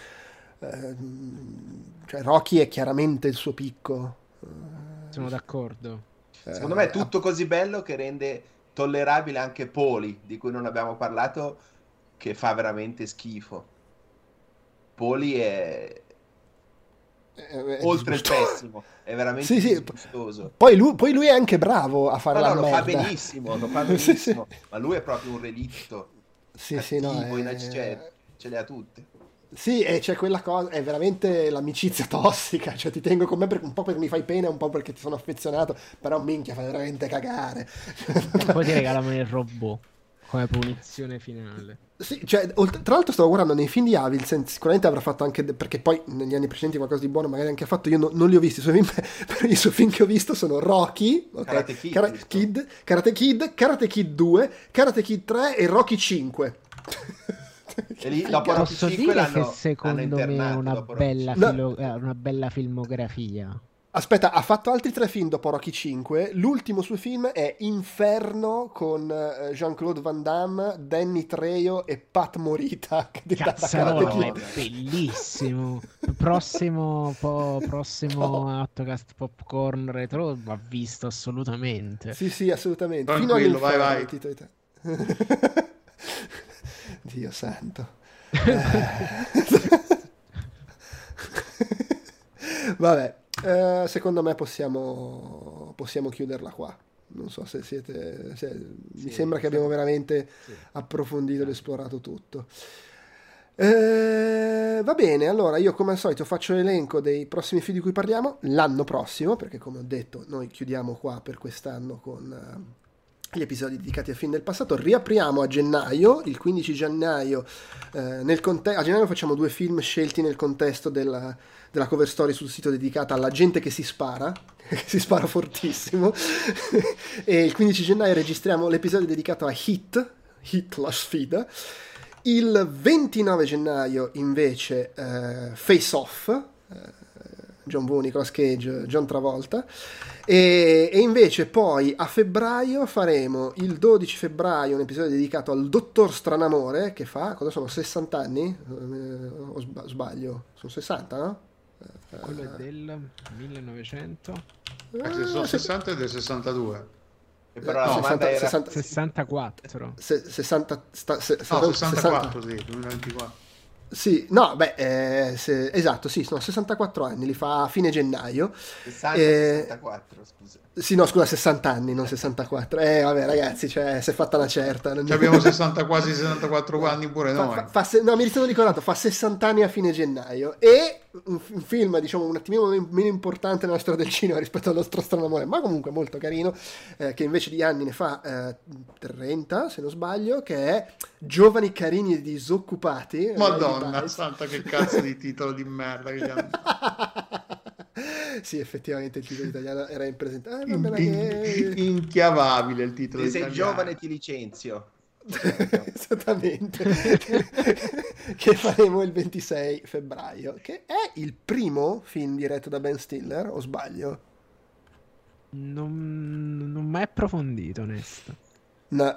A: cioè Rocky è chiaramente il suo picco.
C: Sono d'accordo.
D: Secondo me è tutto così bello che rende tollerabile anche Paulie, di cui non abbiamo parlato, che fa veramente schifo. Paulie è oltre il pessimo, è veramente disgustoso.
A: Poi lui è anche bravo a fare la merda.
D: Lo fa benissimo,
A: sì.
D: Ma lui è proprio un relitto cattivo, ce le ha tutte.
A: Sì, e c'è quella cosa, è veramente l'amicizia tossica, cioè ti tengo con me un po' perché mi fai pena, un po' perché ti sono affezionato, però minchia, fai veramente cagare.
C: E poi ti regalano il robot come punizione finale.
A: Sì, cioè, tra l'altro stavo guardando nei film di Avildsen, sicuramente avrà fatto anche, perché poi negli anni precedenti qualcosa di buono magari anche ha fatto, io non li ho visti i suoi film, però i suoi film che ho visto sono Rocky, okay, Karate Kid 2, Karate Kid 3 e Rocky 5.
D: E lì dopo
C: posso
D: dire
C: che secondo me è una bella filmografia.
A: Aspetta, ha fatto altri 3 film dopo Rocky 5. L'ultimo suo film è Inferno con Jean-Claude Van Damme, Danny Trejo e Pat Morita.
C: Cazzarola, è bellissimo. Prossimo Autocast Popcorn Retro va visto assolutamente.
A: Sì, assolutamente.
B: Tranquillo, vai.
A: Dio santo. Vabbè, secondo me possiamo chiuderla qua. Non so se siete... mi sembra che abbiamo veramente approfondito ed esplorato tutto. Va bene, allora io come al solito faccio l'elenco dei prossimi film di cui parliamo l'anno prossimo, perché come ho detto noi chiudiamo qua per quest'anno con gli episodi dedicati a film del passato. Riapriamo a gennaio, il 15 gennaio. A gennaio facciamo 2 film scelti nel contesto della cover story sul sito dedicata alla gente che si spara, che si spara fortissimo. E il 15 gennaio registriamo l'episodio dedicato a Hit la sfida. Il 29 gennaio invece Face Off, John Woo, Nicolas Cage, John Travolta, e invece poi a febbraio faremo il 12 febbraio un episodio dedicato al Dottor Stranamore, che fa, cosa sono, 60 anni? O sbaglio? Sono 60, no?
C: Quello è del 1900.
B: Se sono 60 è del 62.
D: Però la domanda era
C: 64.
B: 64, sì, 2024.
A: Sì, no, beh, esatto, sì, sono 64 anni, li fa a fine gennaio.
D: 64, scusa.
A: Sì, no, scusa, 60 anni, non 64. Vabbè, ragazzi, cioè, si è fatta una certa.
B: Abbiamo 60, quasi 64 anni pure noi.
A: No, mi sono ricordato, fa 60 anni a fine gennaio. E un film, diciamo, un attimino meno importante nella storia del cinema rispetto al nostro Stranamore, ma comunque molto carino, che invece di anni ne fa 30, se non sbaglio, che è Giovani carini e disoccupati.
B: Madonna santa, che cazzo di titolo di merda che gli hanno...
A: Sì, effettivamente il titolo italiano era impresentato.
B: Inchiavabile il titolo
D: Se sei
B: italiano.
D: giovane ti licenzio.
A: Esattamente. Che faremo il 26 febbraio, che è il primo film diretto da Ben Stiller, o sbaglio?
C: Non mai approfondito, onesto.
A: No,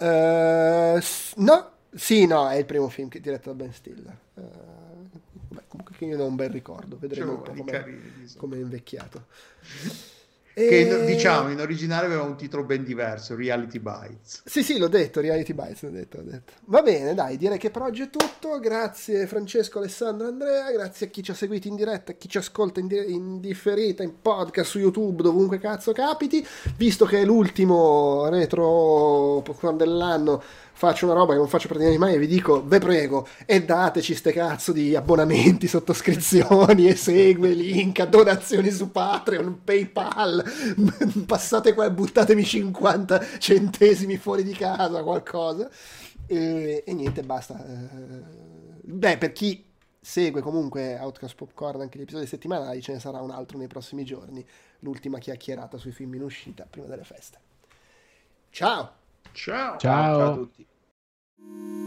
A: è il primo film diretto da Ben Stiller. Comunque che io non ho un bel ricordo, vedremo un po' come è invecchiato.
B: Che diciamo in originale aveva un titolo ben diverso, Reality Bites.
A: Sì, l'ho detto, Reality Bites, l'ho detto. Va bene, dai, direi che per oggi è tutto. Grazie Francesco, Alessandro, Andrea, grazie a chi ci ha seguito in diretta, a chi ci ascolta in differita, in podcast, su YouTube, dovunque cazzo capiti. Visto che è l'ultimo retro popcorn dell'anno, faccio una roba che non faccio praticamente mai e vi dico, ve prego, e dateci ste cazzo di abbonamenti, sottoscrizioni e segue, link, donazioni su Patreon, PayPal, passate qua e buttatemi 50 centesimi fuori di casa, qualcosa, e niente, basta. Beh, per chi segue comunque Outcast Popcorn, anche gli episodi settimanali, ce ne sarà un altro nei prossimi giorni, l'ultima chiacchierata sui film in uscita prima delle feste. Ciao
B: Ciao
C: a
D: tutti.